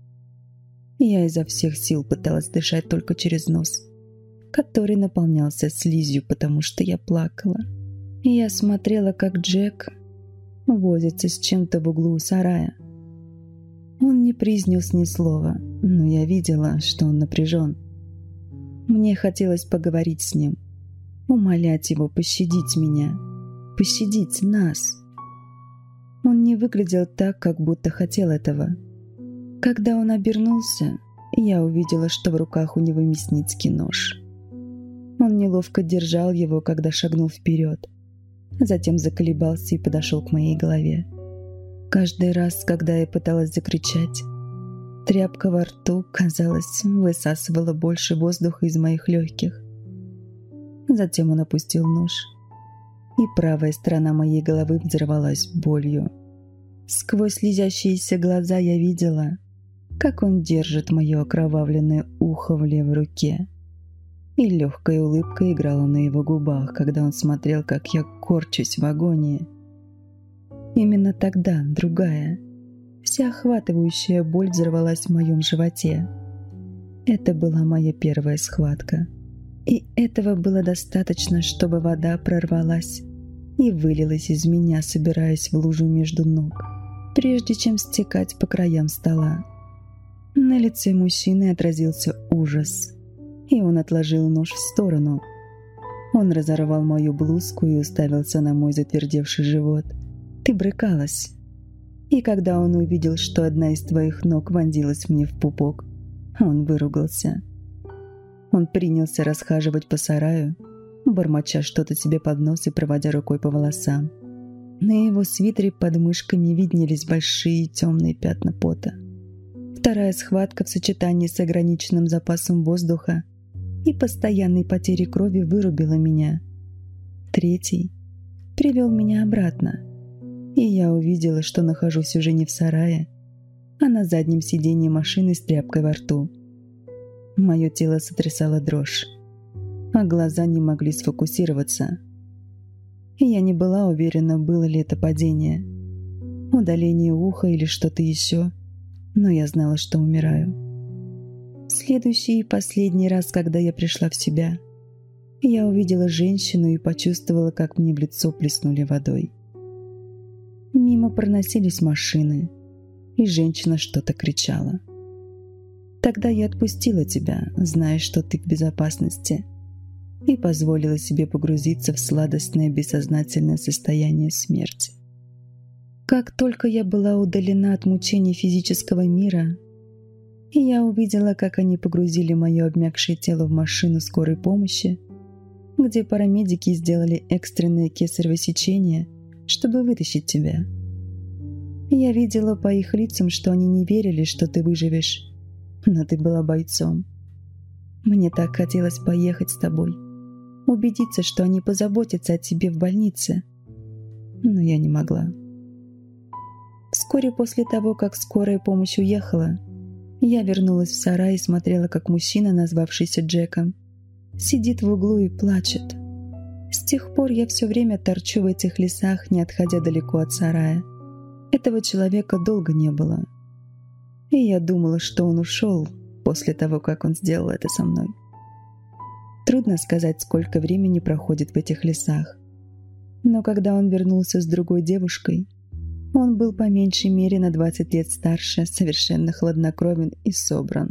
Я изо всех сил пыталась дышать только через нос, который наполнялся слизью, потому что я плакала. Я смотрела, как Джек возится с чем-то в углу сарая. Он не произнес ни слова, но я видела, что он напряжен. Мне хотелось поговорить с ним, умолять его пощадить меня, пощадить нас. Он не выглядел так, как будто хотел этого. Когда он обернулся, я увидела, что в руках у него мясницкий нож. Он неловко держал его, когда шагнул вперед, затем заколебался и подошел к моей голове. Каждый раз, когда я пыталась закричать, тряпка во рту, казалось, высасывала больше воздуха из моих легких. Затем он опустил нож, и правая сторона моей головы взорвалась болью. Сквозь слезящиеся глаза я видела, как он держит мое окровавленное ухо в левой руке. И легкая улыбка играла на его губах, когда он смотрел, как я корчусь в агонии. Именно тогда другая, всеохватывающая боль взорвалась в моем животе. Это была моя первая схватка. И этого было достаточно, чтобы вода прорвалась и вылилась из меня, собираясь в лужу между ног, прежде чем стекать по краям стола. На лице мужчины отразился ужас, и он отложил нож в сторону. Он разорвал мою блузку и уставился на мой затвердевший живот. «Ты брыкалась». И когда он увидел, что одна из твоих ног вонзилась мне в пупок, он выругался. Он принялся расхаживать по сараю, бормоча что-то себе под нос и проводя рукой по волосам. На его свитере под мышками виднелись большие темные пятна пота. Вторая схватка в сочетании с ограниченным запасом воздуха и постоянной потерей крови вырубила меня. Третий привел меня обратно, и я увидела, что нахожусь уже не в сарае, а на заднем сиденье машины с тряпкой во рту. Мое тело сотрясало дрожь, а глаза не могли сфокусироваться. И я не была уверена, было ли это падение, удаление уха или что-то еще, но я знала, что умираю. В следующий и последний раз, когда я пришла в себя, я увидела женщину и почувствовала, как мне в лицо плеснули водой. Мимо проносились машины, и женщина что-то кричала. Тогда я отпустила тебя, зная, что ты в безопасности, и позволила себе погрузиться в сладостное бессознательное состояние смерти. Как только я была удалена от мучений физического мира, и я увидела, как они погрузили мое обмякшее тело в машину скорой помощи, где парамедики сделали экстренное кесарево сечение, чтобы вытащить тебя. Я видела по их лицам, что они не верили, что ты выживешь, но ты была бойцом. Мне так хотелось поехать с тобой, убедиться, что они позаботятся о тебе в больнице, но я не могла. Вскоре после того, как скорая помощь уехала, я вернулась в сарай и смотрела, как мужчина, назвавшийся Джеком, сидит в углу и плачет. С тех пор я все время торчу в этих лесах, не отходя далеко от сарая. Этого человека долго не было. И я думала, что он ушел после того, как он сделал это со мной. Трудно сказать, сколько времени проходит в этих лесах. Но когда он вернулся с другой девушкой, он был по меньшей мере на 20 лет старше, совершенно хладнокровен и собран.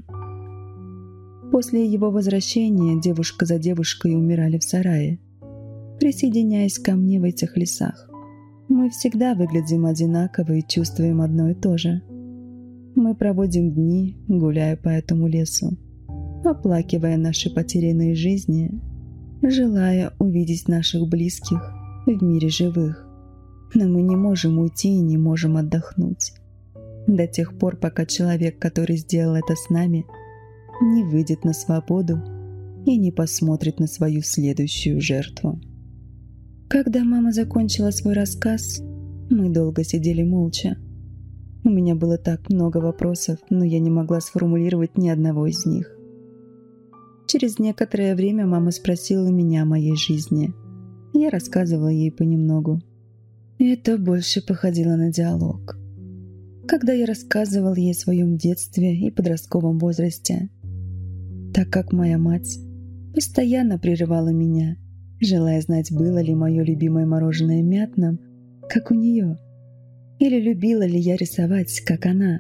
После его возвращения девушка за девушкой умирали в сарае, присоединяясь ко мне в этих лесах. Мы всегда выглядим одинаково и чувствуем одно и то же. Мы проводим дни, гуляя по этому лесу, оплакивая наши потерянные жизни, желая увидеть наших близких в мире живых. Но мы не можем уйти и не можем отдохнуть до тех пор, пока человек, который сделал это с нами, не выйдет на свободу и не посмотрит на свою следующую жертву. Когда мама закончила свой рассказ, мы долго сидели молча. У меня было так много вопросов, но я не могла сформулировать ни одного из них. Через некоторое время мама спросила меня о моей жизни. Я рассказывала ей понемногу. Это больше походило на диалог. Когда я рассказывал ей о своем детстве и подростковом возрасте, так как моя мать постоянно прерывала меня, желая знать, было ли мое любимое мороженое мятным, как у нее, или любила ли я рисовать, как она.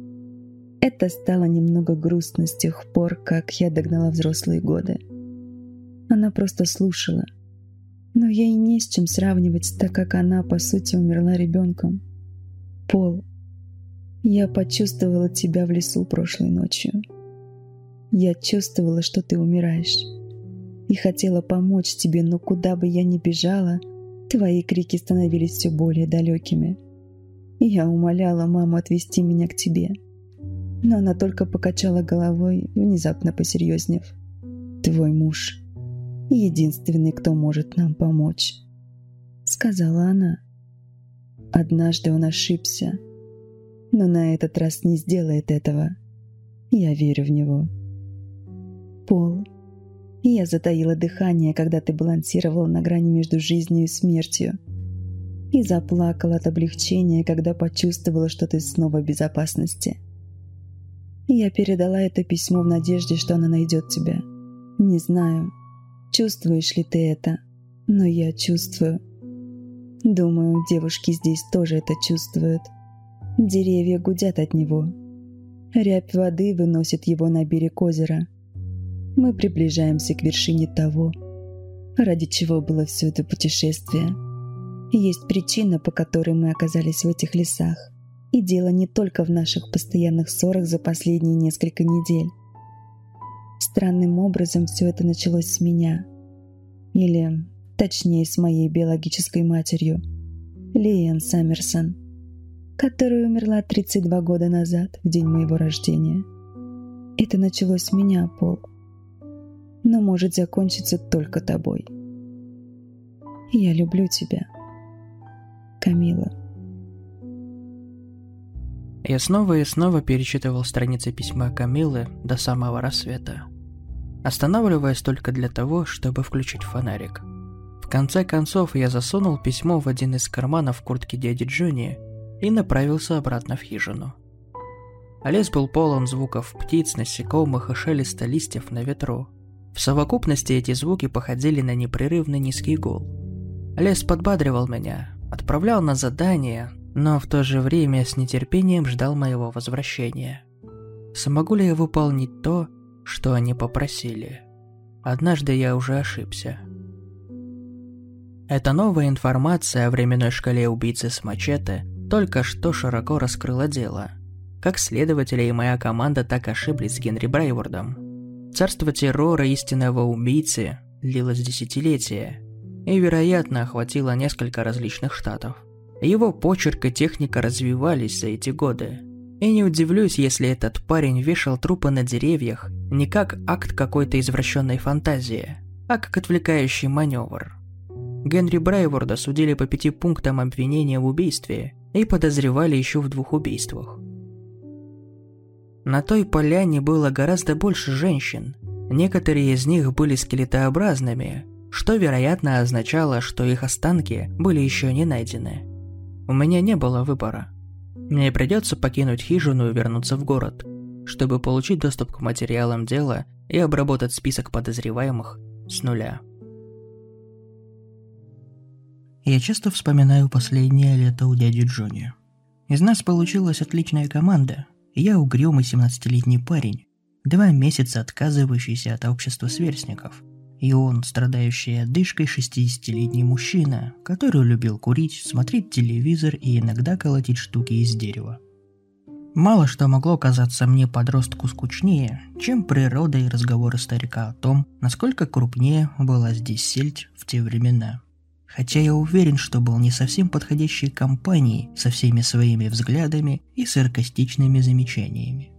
Это стало немного грустно с тех пор, как я догнала взрослые годы. Она просто слушала, но ей не с чем сравнивать, так как она, по сути, умерла ребенком. Пол, я почувствовала тебя в лесу прошлой ночью. Я чувствовала, что ты умираешь. И хотела помочь тебе, но куда бы я ни бежала, твои крики становились все более далекими. Я умоляла маму отвезти меня к тебе, но она только покачала головой, внезапно посерьезнев. Твой муж — единственный, кто может нам помочь, — сказала она. Однажды он ошибся, но на этот раз не сделает этого. Я верю в него. Пол, я затаила дыхание, когда ты балансировал на грани между жизнью и смертью. И заплакала от облегчения, когда почувствовала, что ты снова в безопасности. Я передала это письмо в надежде, что оно найдет тебя. Не знаю, чувствуешь ли ты это, но я чувствую. Думаю, девушки здесь тоже это чувствуют. Деревья гудят от него. Рябь воды выносит его на берег озера. Мы приближаемся к вершине того, ради чего было все это путешествие. Есть причина, по которой мы оказались в этих лесах. И дело не только в наших постоянных ссорах за последние несколько недель. Странным образом все это началось с меня. Или, точнее, с моей биологической матерью, Лиэн Саммерсон, которая умерла 32 года назад, в день моего рождения. Это началось с меня, Пол. Но может закончиться только тобой. Я люблю тебя, Камила. Я снова и снова перечитывал страницы письма Камилы до самого рассвета, останавливаясь только для того, чтобы включить фонарик. В конце концов, я засунул письмо в один из карманов куртки дяди Джонни и направился обратно в хижину. Лес был полон звуков птиц, насекомых и шелеста листьев на ветру. В совокупности эти звуки походили на непрерывный низкий гул. Лес подбадривал меня, отправлял на задания, но в то же время с нетерпением ждал моего возвращения. Смогу ли я выполнить то, что они попросили? Однажды я уже ошибся. Эта новая информация о временной шкале убийцы с мачете только что широко раскрыла дело. Как следователи и моя команда так ошиблись с Генри Брейвордом. Царство террора истинного убийцы длилось десятилетия и, вероятно, охватило несколько различных штатов. Его почерк и техника развивались за эти годы. И не удивлюсь, если этот парень вешал трупы на деревьях не как акт какой-то извращенной фантазии, а как отвлекающий маневр. Генри Брейворда судили по 5 пунктам обвинения в убийстве и подозревали еще в 2 убийствах. На той поляне было гораздо больше женщин. Некоторые из них были скелетообразными, что, вероятно, означало, что их останки были еще не найдены. У меня не было выбора. Мне придется покинуть хижину и вернуться в город, чтобы получить доступ к материалам дела и обработать список подозреваемых с нуля. Я часто вспоминаю последнее лето у дяди Джонни. Из нас получилась отличная команда. Я угрюмый 17-летний парень, 2 месяца отказывающийся от общества сверстников. И он, страдающий одышкой 60-летний мужчина, который любил курить, смотреть телевизор и иногда колотить штуки из дерева. Мало что могло казаться мне подростку скучнее, чем природа и разговоры старика о том, насколько крупнее была здесь сельдь в те времена. Хотя я уверен, что был не совсем подходящей компанией со всеми своими взглядами и саркастичными замечаниями.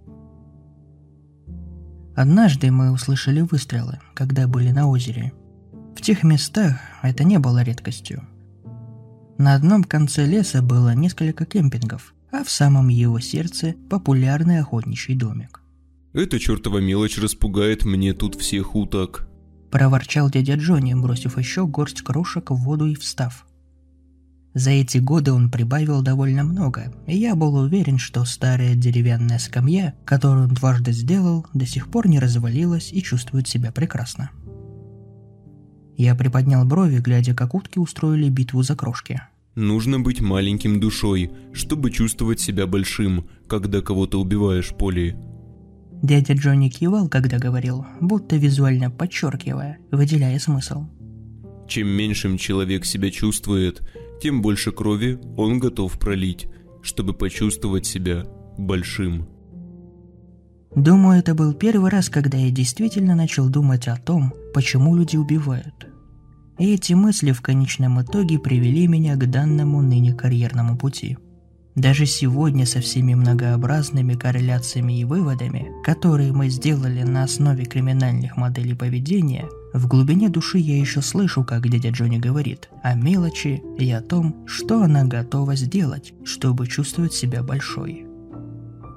Однажды мы услышали выстрелы, когда были на озере. В тех местах это не было редкостью. На одном конце леса было несколько кемпингов, а в самом его сердце популярный охотничий домик. «Эта чертова мелочь распугает мне тут всех уток», — проворчал дядя Джонни, бросив еще горсть крошек в воду и встав. За эти годы он прибавил довольно много, и я был уверен, что старая деревянная скамья, которую он дважды сделал, до сих пор не развалилась и чувствует себя прекрасно. Я приподнял брови, глядя, как утки устроили битву за крошки. «Нужно быть маленьким душой, чтобы чувствовать себя большим, когда кого-то убиваешь, Полли». Дядя Джонни кивал, когда говорил, будто визуально подчеркивая, выделяя смысл. Чем меньшим человек себя чувствует, тем больше крови он готов пролить, чтобы почувствовать себя большим. Думаю, это был первый раз, когда я действительно начал думать о том, почему люди убивают. И эти мысли в конечном итоге привели меня к данному ныне карьерному пути. Даже сегодня со всеми многообразными корреляциями и выводами, которые мы сделали на основе криминальных моделей поведения, в глубине души я еще слышу, как дядя Джонни говорит о мелочи и о том, что она готова сделать, чтобы чувствовать себя большой.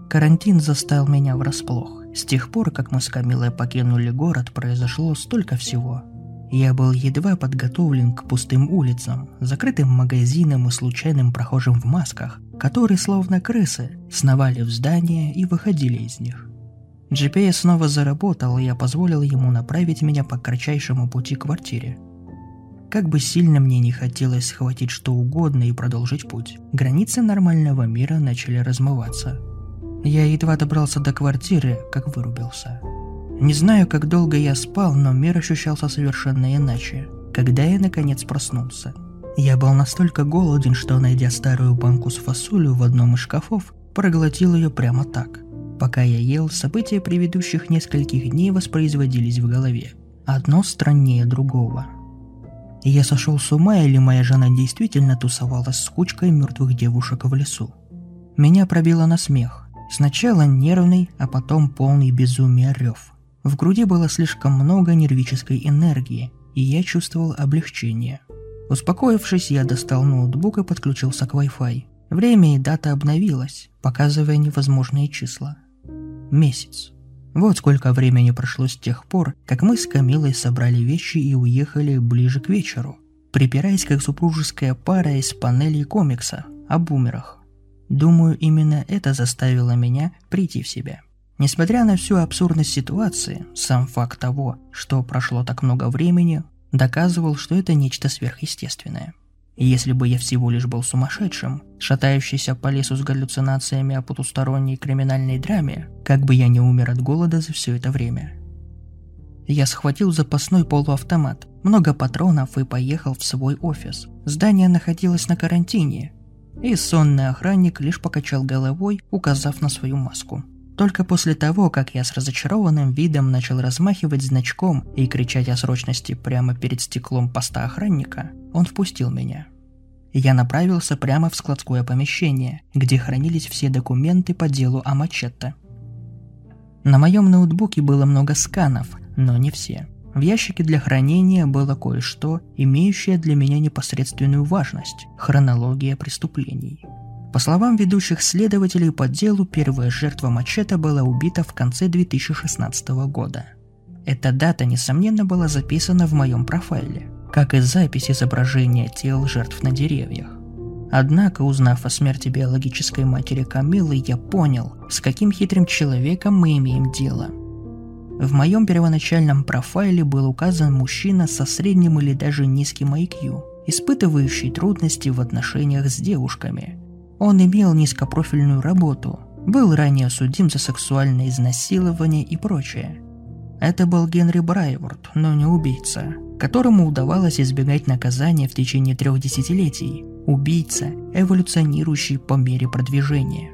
Карантин застал меня врасплох. С тех пор, как мы с Камилой покинули город, произошло столько всего. Я был едва подготовлен к пустым улицам, закрытым магазинам и случайным прохожим в масках, которые, словно крысы, сновали в здания и выходили из них. GPS снова заработал, и я позволил ему направить меня по кратчайшему пути к квартире. Как бы сильно мне не хотелось схватить что угодно и продолжить путь, границы нормального мира начали размываться. Я едва добрался до квартиры, как вырубился. Не знаю, как долго я спал, но мир ощущался совершенно иначе, когда я наконец проснулся. Я был настолько голоден, что, найдя старую банку с фасолью в одном из шкафов, проглотил ее прямо так. Пока я ел, события предыдущих нескольких дней воспроизводились в голове. Одно страннее другого. Я сошел с ума, или моя жена действительно тусовалась с кучкой мертвых девушек в лесу? Меня пробило на смех. Сначала нервный, а потом полный безумия рев. В груди было слишком много нервической энергии, и я чувствовал облегчение. Успокоившись, я достал ноутбук и подключился к Wi-Fi. Время и дата обновилась, показывая невозможные числа. Месяц. Вот сколько времени прошло с тех пор, как мы с Камилой собрали вещи и уехали ближе к вечеру, припираясь как супружеская пара из панелей комикса о бумерах. Думаю, именно это заставило меня прийти в себя. Несмотря на всю абсурдность ситуации, сам факт того, что прошло так много времени, доказывал, что это нечто сверхъестественное. И если бы я всего лишь был сумасшедшим, шатающийся по лесу с галлюцинациями о потусторонней криминальной драме, как бы я не умер от голода за все это время. Я схватил запасной полуавтомат, много патронов и поехал в свой офис. Здание находилось на карантине, и сонный охранник лишь покачал головой, указав на свою маску. Только после того, как я с разочарованным видом начал размахивать значком и кричать о срочности прямо перед стеклом поста охранника, он впустил меня. Я направился прямо в складское помещение, где хранились все документы по делу о Мачете. На моем ноутбуке было много сканов, но не все. В ящике для хранения было кое-что, имеющее для меня непосредственную важность – хронология преступлений. По словам ведущих следователей по делу, первая жертва Мачете была убита в конце 2016 года. Эта дата, несомненно, была записана в моем профайле, как и запись изображения тел жертв на деревьях. Однако, узнав о смерти биологической матери Камилы, я понял, с каким хитрым человеком мы имеем дело. В моем первоначальном профайле был указан мужчина со средним или даже низким IQ, испытывающий трудности в отношениях с девушками. Он имел низкопрофильную работу, был ранее судим за сексуальное изнасилование и прочее. Это был Генри Брайворд, но не убийца, которому удавалось избегать наказания в течение 3 десятилетий. Убийца, эволюционирующий по мере продвижения.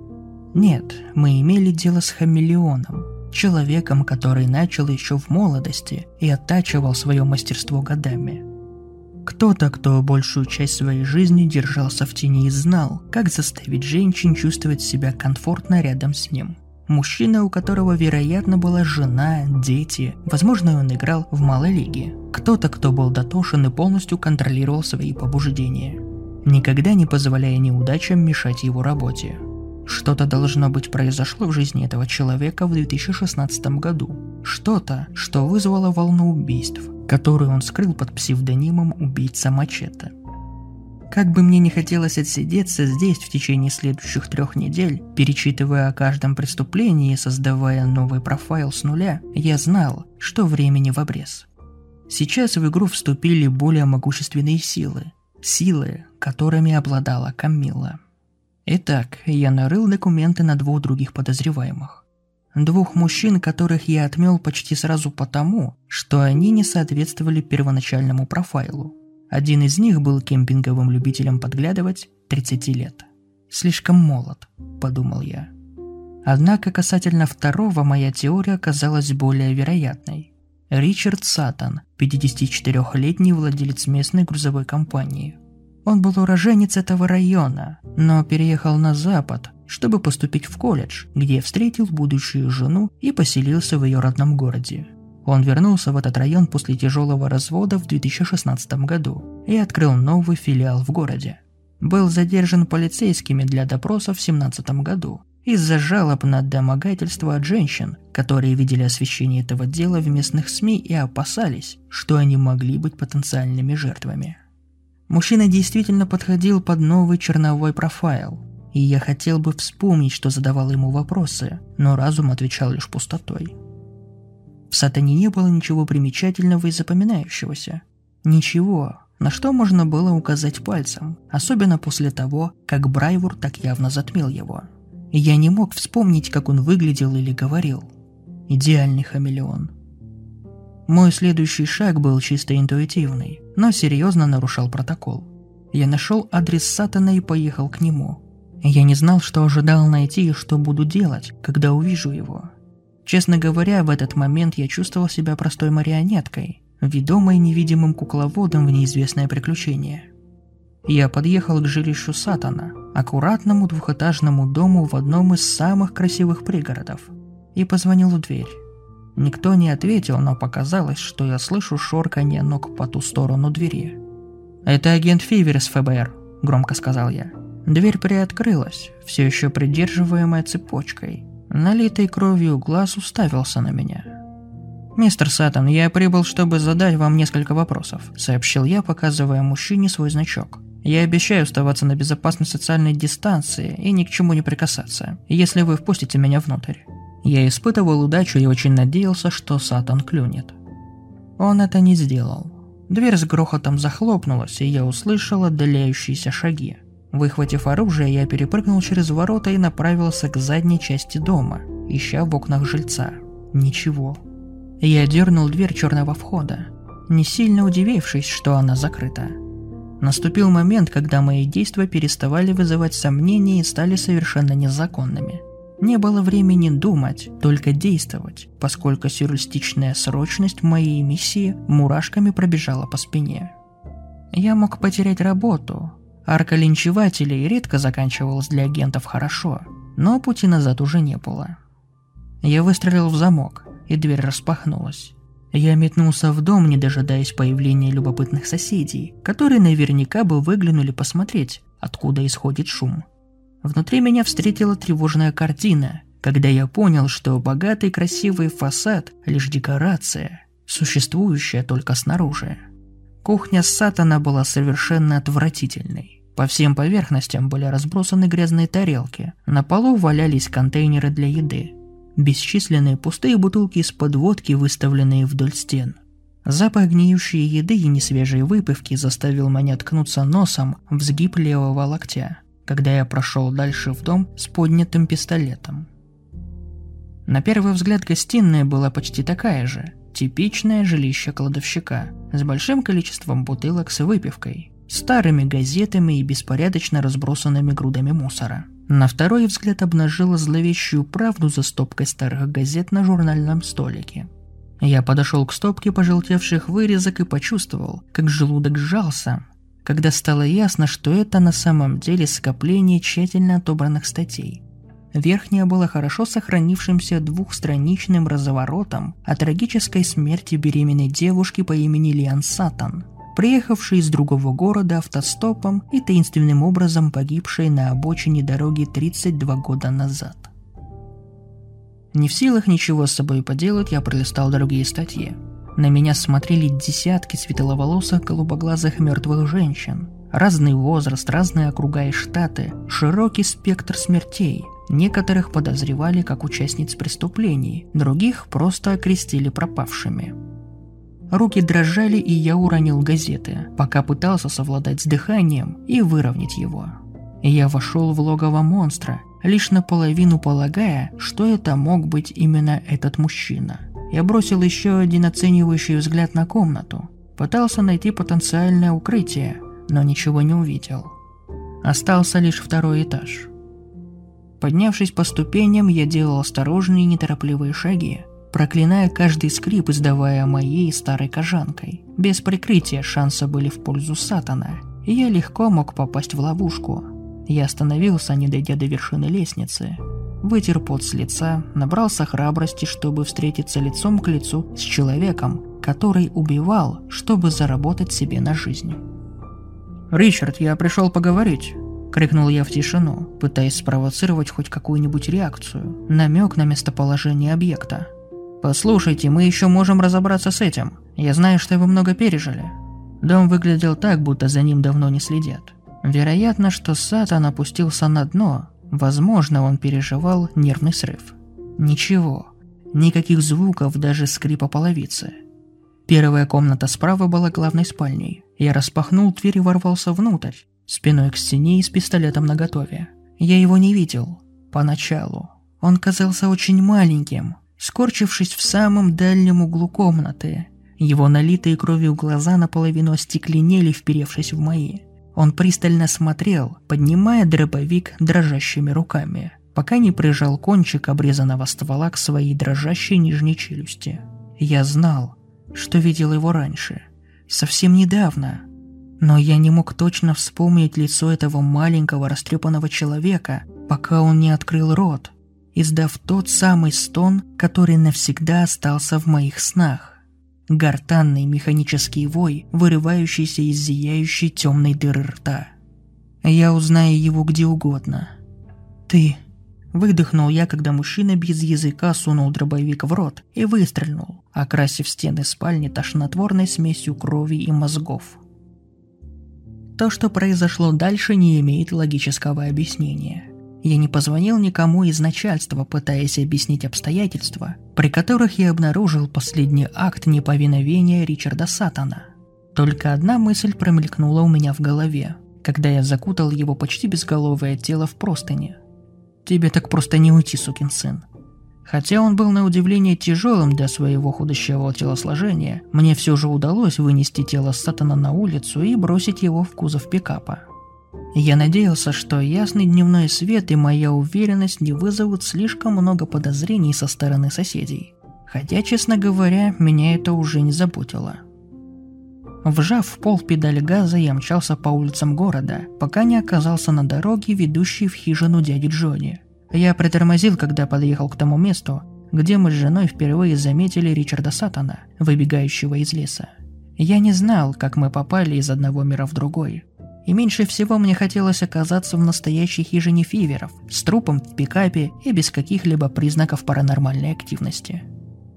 Нет, мы имели дело с хамелеоном, человеком, который начал еще в молодости и оттачивал свое мастерство годами. Кто-то, кто большую часть своей жизни держался в тени и знал, как заставить женщин чувствовать себя комфортно рядом с ним. Мужчина, у которого, вероятно, была жена, дети, возможно, он играл в малой лиге. Кто-то, кто был дотошен и полностью контролировал свои побуждения, никогда не позволяя неудачам мешать его работе. Что-то, должно быть, произошло в жизни этого человека в 2016 году. Что-то, что вызвало волну убийств, которую он скрыл под псевдонимом «Убийца Мачете». Как бы мне не хотелось отсидеться здесь в течение следующих 3 недель, перечитывая о каждом преступлении и создавая новый профайл с нуля, я знал, что времени в обрез. Сейчас в игру вступили более могущественные силы, которыми обладала Камилла. Итак, я нарыл документы на 2 других подозреваемых. 2 мужчин, которых я отмел почти сразу потому, что они не соответствовали первоначальному профайлу. Один из них был кемпинговым любителем подглядывать, 30 лет. Слишком молод, подумал я. Однако касательно второго моя теория оказалась более вероятной. Ричард Саттон, 54-летний владелец местной грузовой компании. Он был уроженец этого района, но переехал на запад, чтобы поступить в колледж, где встретил будущую жену и поселился в ее родном городе. Он вернулся в этот район после тяжелого развода в 2016 году и открыл новый филиал в городе. Был задержан полицейскими для допроса в 2017 году из-за жалоб на домогательство от женщин, которые видели освещение этого дела в местных СМИ и опасались, что они могли быть потенциальными жертвами. Мужчина действительно подходил под новый черновой профайл, и я хотел бы вспомнить, что задавал ему вопросы, но разум отвечал лишь пустотой. В Сатане не было ничего примечательного и запоминающегося. Ничего, на что можно было указать пальцем, особенно после того, как Брайвур так явно затмил его. Я не мог вспомнить, как он выглядел или говорил. Идеальный хамелеон. Мой следующий шаг был чисто интуитивный, но серьезно нарушал протокол. Я нашел адрес Сатана и поехал к нему. Я не знал, что ожидал найти и что буду делать, когда увижу его. Честно говоря, в этот момент я чувствовал себя простой марионеткой, ведомой невидимым кукловодом в неизвестное приключение. Я подъехал к жилищу Сатана, аккуратному двухэтажному дому в одном из самых красивых пригородов, и позвонил в дверь. Никто не ответил, но показалось, что я слышу шорканье ног по ту сторону двери. «Это агент Фивер из ФБР», — громко сказал я. Дверь приоткрылась, все еще придерживаемая цепочкой. Налитый кровью глаз уставился на меня. «Мистер Сатан, я прибыл, чтобы задать вам несколько вопросов», — сообщил я, показывая мужчине свой значок. «Я обещаю оставаться на безопасной социальной дистанции и ни к чему не прикасаться, если вы впустите меня внутрь». Я испытывал удачу и очень надеялся, что Сатан клюнет. Он это не сделал. Дверь с грохотом захлопнулась, и я услышал отдаляющиеся шаги. Выхватив оружие, я перепрыгнул через ворота и направился к задней части дома, ища в окнах жильца. Ничего. Я дернул дверь черного входа, не сильно удивившись, что она закрыта. Наступил момент, когда мои действия переставали вызывать сомнения и стали совершенно незаконными. Не было времени думать, только действовать, поскольку сюрреалистичная срочность моей миссии мурашками пробежала по спине. Я мог потерять работу. Арка линчевателей редко заканчивалась для агентов хорошо, но пути назад уже не было. Я выстрелил в замок, и дверь распахнулась. Я метнулся в дом, не дожидаясь появления любопытных соседей, которые наверняка бы выглянули посмотреть, откуда исходит шум. Внутри меня встретила тревожная картина, когда я понял, что богатый красивый фасад – лишь декорация, существующая только снаружи. Кухня Сатана была совершенно отвратительной. По всем поверхностям были разбросаны грязные тарелки, на полу валялись контейнеры для еды. Бесчисленные пустые бутылки из-под водки, выставленные вдоль стен. Запах гниющей еды и несвежей выпивки заставил меня ткнуться носом в сгиб левого локтя, когда я прошел дальше в дом с поднятым пистолетом. На первый взгляд гостиная была почти такая же, типичное жилище кладовщика, с большим количеством бутылок с выпивкой, старыми газетами и беспорядочно разбросанными грудами мусора. На второй взгляд обнажила зловещую правду за стопкой старых газет на журнальном столике. Я подошел к стопке пожелтевших вырезок и почувствовал, как желудок сжался, когда стало ясно, что это на самом деле скопление тщательно отобранных статей. Верхняя была хорошо сохранившимся двухстраничным разворотом о трагической смерти беременной девушки по имени Лиан Сатан, приехавшей из другого города автостопом и таинственным образом погибшей на обочине дороги 32 года назад. Не в силах ничего с собой поделать, я пролистал другие статьи. На меня смотрели десятки светловолосых голубоглазых мертвых женщин. Разный возраст, разные округа и штаты, широкий спектр смертей. Некоторых подозревали как участниц преступлений, других просто окрестили пропавшими. Руки дрожали, и я уронил газеты, пока пытался совладать с дыханием и выровнять его. Я вошел в логово монстра, лишь наполовину полагая, что это мог быть именно этот мужчина. Я бросил еще один оценивающий взгляд на комнату, пытался найти потенциальное укрытие, но ничего не увидел. Остался лишь второй этаж. Поднявшись по ступеням, я делал осторожные и неторопливые шаги, проклиная каждый скрип, издавая моей старой кожанкой. Без прикрытия шансы были в пользу Сатана, и я легко мог попасть в ловушку. Я остановился, не дойдя до вершины лестницы. Вытер пот с лица, набрался храбрости, чтобы встретиться лицом к лицу с человеком, который убивал, чтобы заработать себе на жизнь. «Ричард, я пришел поговорить», — крикнул я в тишину, пытаясь спровоцировать хоть какую-нибудь реакцию, намек на местоположение объекта. «Послушайте, мы еще можем разобраться с этим. Я знаю, что вы много пережили». Дом выглядел так, будто за ним давно не следят. Вероятно, что Сатан опустился на дно, возможно, он переживал нервный срыв. Ничего, никаких звуков, даже скрипа половицы. Первая комната справа была главной спальней. Я распахнул дверь и ворвался внутрь, спиной к стене и с пистолетом наготове. Я его не видел. Поначалу. Он казался очень маленьким, скорчившись в самом дальнем углу комнаты. Его налитые кровью глаза наполовину остекленели, вперевшись в мои. Он пристально смотрел, поднимая дробовик дрожащими руками, пока не прижал кончик обрезанного ствола к своей дрожащей нижней челюсти. Я знал, что видел его раньше, совсем недавно, но я не мог точно вспомнить лицо этого маленького растрепанного человека, пока он не открыл рот, издав тот самый стон, который навсегда остался в моих снах. Гортанный механический вой, вырывающийся из зияющей темной дыры рта. Я узнаю его где угодно. «Ты...» — выдохнул я, когда мужчина без языка сунул дробовик в рот и выстрелил, окрасив стены спальни тошнотворной смесью крови и мозгов. То, что произошло дальше, не имеет логического объяснения. Я не позвонил никому из начальства, пытаясь объяснить обстоятельства, при которых я обнаружил последний акт неповиновения Ричарда Саттона. Только одна мысль промелькнула у меня в голове, когда я закутал его почти безголовое тело в простыни. «Тебе так просто не уйти, сукин сын». Хотя он был на удивление тяжелым для своего худощавого телосложения, мне все же удалось вынести тело Саттона на улицу и бросить его в кузов пикапа. Я надеялся, что ясный дневной свет и моя уверенность не вызовут слишком много подозрений со стороны соседей. Хотя, честно говоря, меня это уже не заботило. Вжав в пол педаль газа, я мчался по улицам города, пока не оказался на дороге, ведущей в хижину дяди Джонни. Я притормозил, когда подъехал к тому месту, где мы с женой впервые заметили Ричарда Саттона, выбегающего из леса. Я не знал, как мы попали из одного мира в другой. И меньше всего мне хотелось оказаться в настоящей хижине Фиверов, с трупом в пикапе и без каких-либо признаков паранормальной активности.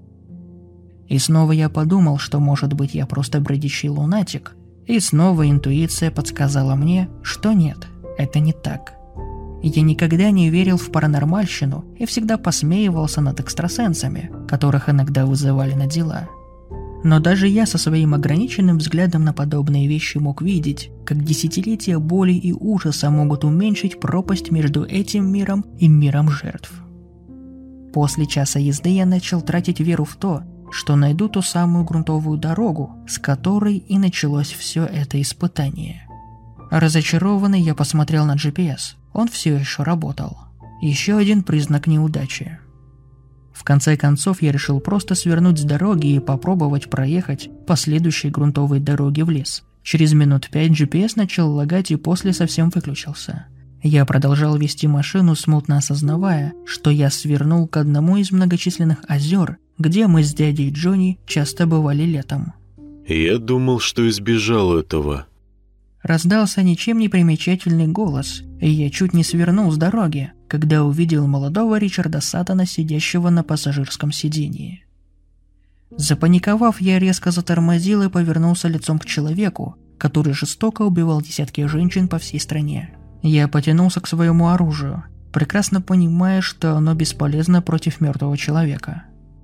И снова я подумал, что, может быть, я просто бредящий лунатик, и снова интуиция подсказала мне, что нет, это не так. Я никогда не верил в паранормальщину и всегда посмеивался над экстрасенсами, которых иногда вызывали на дела. Но даже я со своим ограниченным взглядом на подобные вещи мог видеть, как десятилетия боли и ужаса могут уменьшить пропасть между этим миром и миром жертв. После часа езды я начал тратить веру в то, что найду ту самую грунтовую дорогу, с которой и началось все это испытание. Разочарованный, я посмотрел на GPS. Он все еще работал. Еще один признак неудачи. В конце концов, я решил просто свернуть с дороги и попробовать проехать по следующей грунтовой дороге в лес. Через минут 5 GPS начал лагать и после совсем выключился. Я продолжал вести машину, смутно осознавая, что я свернул к одному из многочисленных озер, где мы с дядей Джонни часто бывали летом. «Я думал, что избежал этого». Раздался ничем не примечательный голос, и я чуть не свернул с дороги, когда увидел молодого Ричарда Саттона, сидящего на пассажирском сидении. Запаниковав, я резко затормозил и повернулся лицом к человеку, который жестоко убивал десятки женщин по всей стране. Я потянулся к своему оружию, прекрасно понимая, что оно бесполезно против мертвого человека.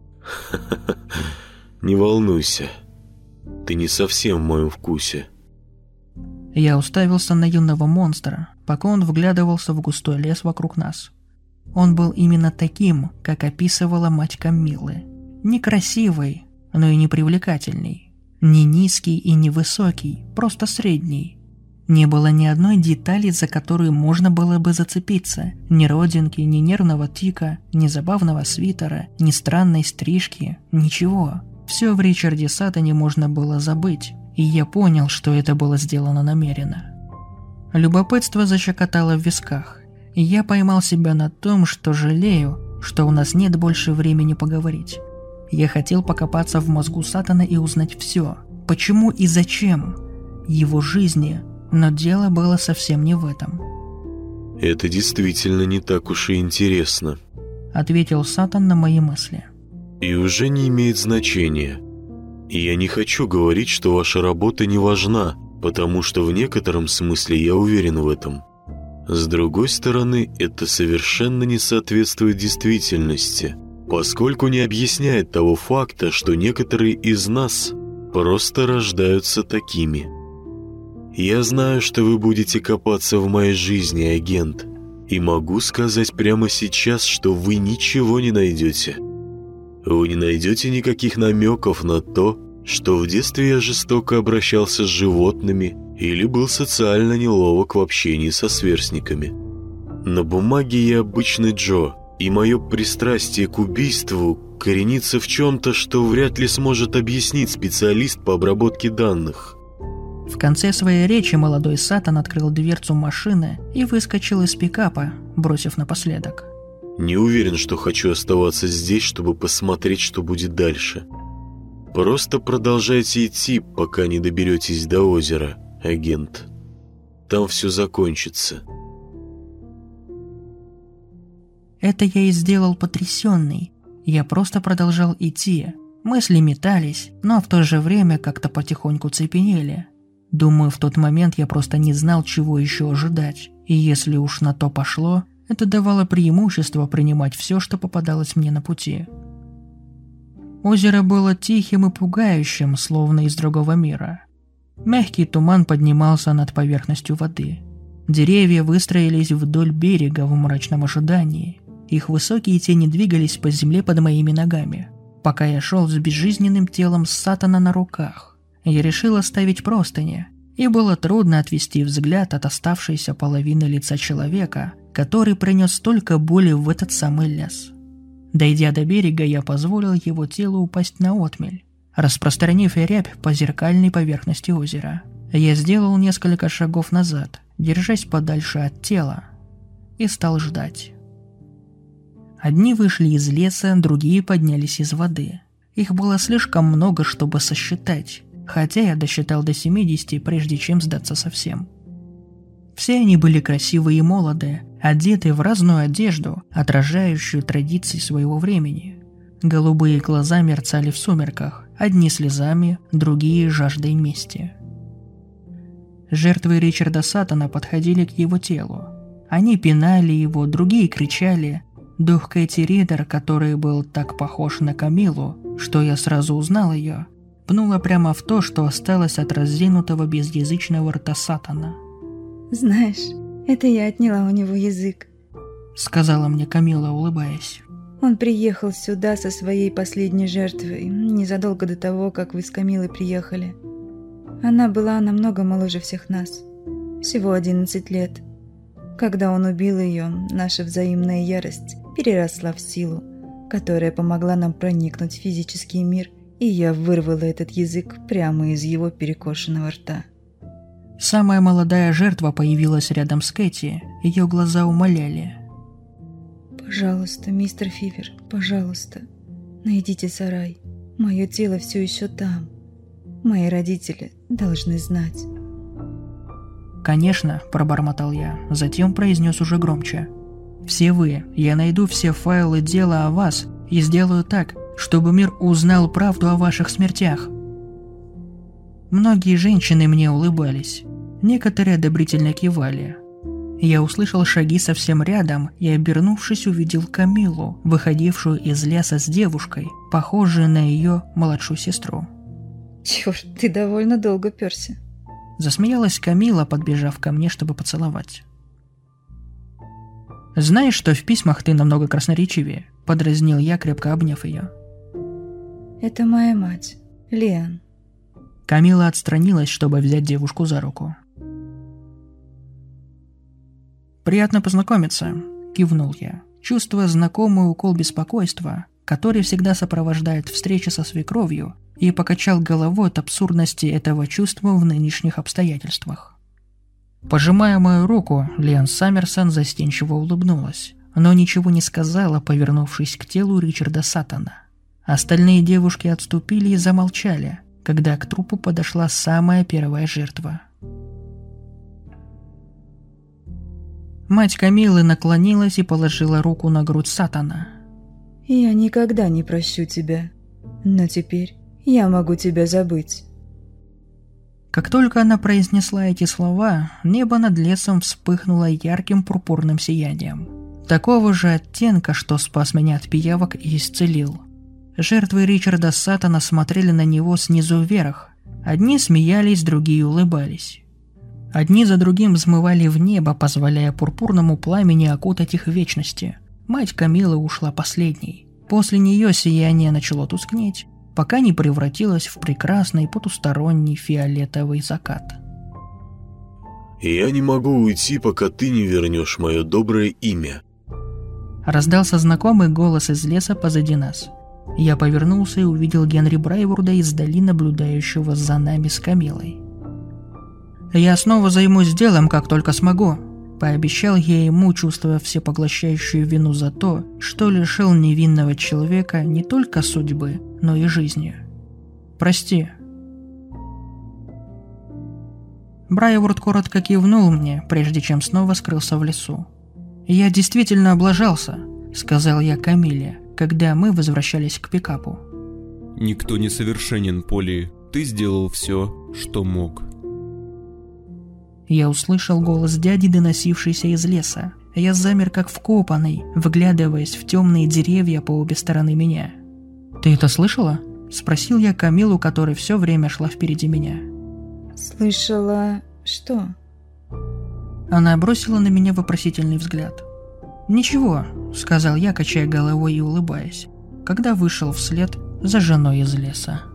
Не волнуйся, ты не совсем в моем вкусе. Я уставился на юного монстра, пока он вглядывался в густой лес вокруг нас. Он был именно таким, как описывала мать Камиллы. Не красивый, но и не привлекательный. Не низкий и не высокий, просто средний. Не было ни одной детали, за которую можно было бы зацепиться. Ни родинки, ни нервного тика, ни забавного свитера, ни странной стрижки, ничего. Все в Ричарде Саттоне можно было забыть. И я понял, что это было сделано намеренно. Любопытство защекотало в висках, и я поймал себя на том, что жалею, что у нас нет больше времени поговорить. Я хотел покопаться в мозгу Саттона и узнать все, почему и зачем его жизни, но дело было совсем не в этом. Это действительно не так уж и интересно. Ответил Сатан на мои мысли. И уже не имеет значения. И я не хочу говорить, что ваша работа не важна, потому что в некотором смысле я уверен в этом. С другой стороны, это совершенно не соответствует действительности, поскольку не объясняет того факта, что некоторые из нас просто рождаются такими. Я знаю, что вы будете копаться в моей жизни, агент, и могу сказать прямо сейчас, что вы ничего не найдете. Вы не найдете никаких намеков на то, что в детстве я жестоко обращался с животными или был социально неловок в общении со сверстниками. На бумаге я обычный Джо, и мое пристрастие к убийству коренится в чем-то, что вряд ли сможет объяснить специалист по обработке данных. В конце своей речи молодой Сатан открыл дверцу машины и выскочил из пикапа, бросив напоследок: Не уверен, что хочу оставаться здесь, чтобы посмотреть, что будет дальше. Просто продолжайте идти, пока не доберетесь до озера, агент. Там все закончится. Это я и сделал потрясенный. Я просто продолжал идти. Мысли метались, но в то же время как-то потихоньку цепенели. Думаю, в тот момент я просто не знал, чего еще ожидать. И если уж на то пошло, это давало преимущество принимать все, что попадалось мне на пути. Озеро было тихим и пугающим, словно из другого мира. Мягкий туман поднимался над поверхностью воды. Деревья выстроились вдоль берега в мрачном ожидании. Их высокие тени двигались по земле под моими ногами, пока я шел с безжизненным телом Сатана на руках. Я решил оставить простыни, и было трудно отвести взгляд от оставшейся половины лица человека, который принес столько боли в этот самый лес. Дойдя до берега, я позволил его телу упасть на отмель, распространив рябь по зеркальной поверхности озера. Я сделал несколько шагов назад, держась подальше от тела, и стал ждать. Одни вышли из леса, другие поднялись из воды. Их было слишком много, чтобы сосчитать, хотя я досчитал до 70, прежде чем сдаться совсем. Все они были красивые и молодые, одеты в разную одежду, отражающую традиции своего времени. Голубые глаза мерцали в сумерках, одни слезами, другие жаждой мести. Жертвы Ричарда Сатана подходили к его телу. Они пинали его, другие кричали. Дух Кэти Ридер, который был так похож на Камилу, что я сразу узнал ее, пнула прямо в то, что осталось от разинутого безязычного рта Сатана. «Знаешь, это я отняла у него язык», — сказала мне Камила, улыбаясь. «Он приехал сюда со своей последней жертвой незадолго до того, как вы с Камилой приехали. Она была намного моложе всех нас, всего 11 лет. Когда он убил ее, наша взаимная ярость переросла в силу, которая помогла нам проникнуть в физический мир, и я вырвала этот язык прямо из его перекошенного рта». Самая молодая жертва появилась рядом с Кэти, ее глаза умоляли. «Пожалуйста, мистер Фивер, пожалуйста, найдите сарай. Мое тело все еще там. Мои родители должны знать». «Конечно», — пробормотал я, затем произнес уже громче. «Все вы, я найду все файлы дела о вас и сделаю так, чтобы мир узнал правду о ваших смертях». Многие женщины мне улыбались, некоторые одобрительно кивали. Я услышал шаги совсем рядом и, обернувшись, увидел Камилу, выходившую из леса с девушкой, похожей на ее младшую сестру. «Черт, ты довольно долго перся», — засмеялась Камила, подбежав ко мне, чтобы поцеловать. «Знаешь, что в письмах ты намного красноречивее?» — подразнил я, крепко обняв ее. «Это моя мать, Лиан». Камила отстранилась, чтобы взять девушку за руку. «Приятно познакомиться», — кивнул я, чувствуя знакомый укол беспокойства, который всегда сопровождает встречи со свекровью, и покачал головой от абсурдности этого чувства в нынешних обстоятельствах. Пожимая мою руку, Лиан Саммерсон застенчиво улыбнулась, но ничего не сказала, повернувшись к телу Ричарда Сатана. Остальные девушки отступили и замолчали, когда к трупу подошла самая первая жертва. Мать Камилы наклонилась и положила руку на грудь Сатана. «Я никогда не прощу тебя, но теперь я могу тебя забыть». Как только она произнесла эти слова, небо над лесом вспыхнуло ярким пурпурным сиянием. Такого же оттенка, что спас меня от пиявок и исцелил. Жертвы Ричарда Сатана смотрели на него снизу вверх. Одни смеялись, другие улыбались. Одни за другим взмывали в небо, позволяя пурпурному пламени окутать их в вечности. Мать Камилы ушла последней. После нее сияние начало тускнеть, пока не превратилось в прекрасный потусторонний фиолетовый закат. «Я не могу уйти, пока ты не вернешь мое доброе имя». Раздался знакомый голос из леса позади нас. Я повернулся и увидел Генри Брайворда издали, наблюдающего за нами с Камилой. «Я снова займусь делом, как только смогу», – пообещал я ему, чувствуя всепоглощающую вину за то, что лишил невинного человека не только судьбы, но и жизни. «Прости». Брайворд коротко кивнул мне, прежде чем снова скрылся в лесу. «Я действительно облажался», – сказал я Камиле, когда мы возвращались к пикапу. Никто не совершенен, Поли. Ты сделал все, что мог. Я услышал голос дяди, доносившийся из леса. Я замер как вкопанный, вглядываясь в темные деревья по обе стороны меня. «Ты это слышала?» – спросил я Камилу, которая все время шла впереди меня. «Слышала... что?» Она бросила на меня вопросительный взгляд. «Ничего», – сказал я, качая головой и улыбаясь, когда вышел вслед за женой из леса.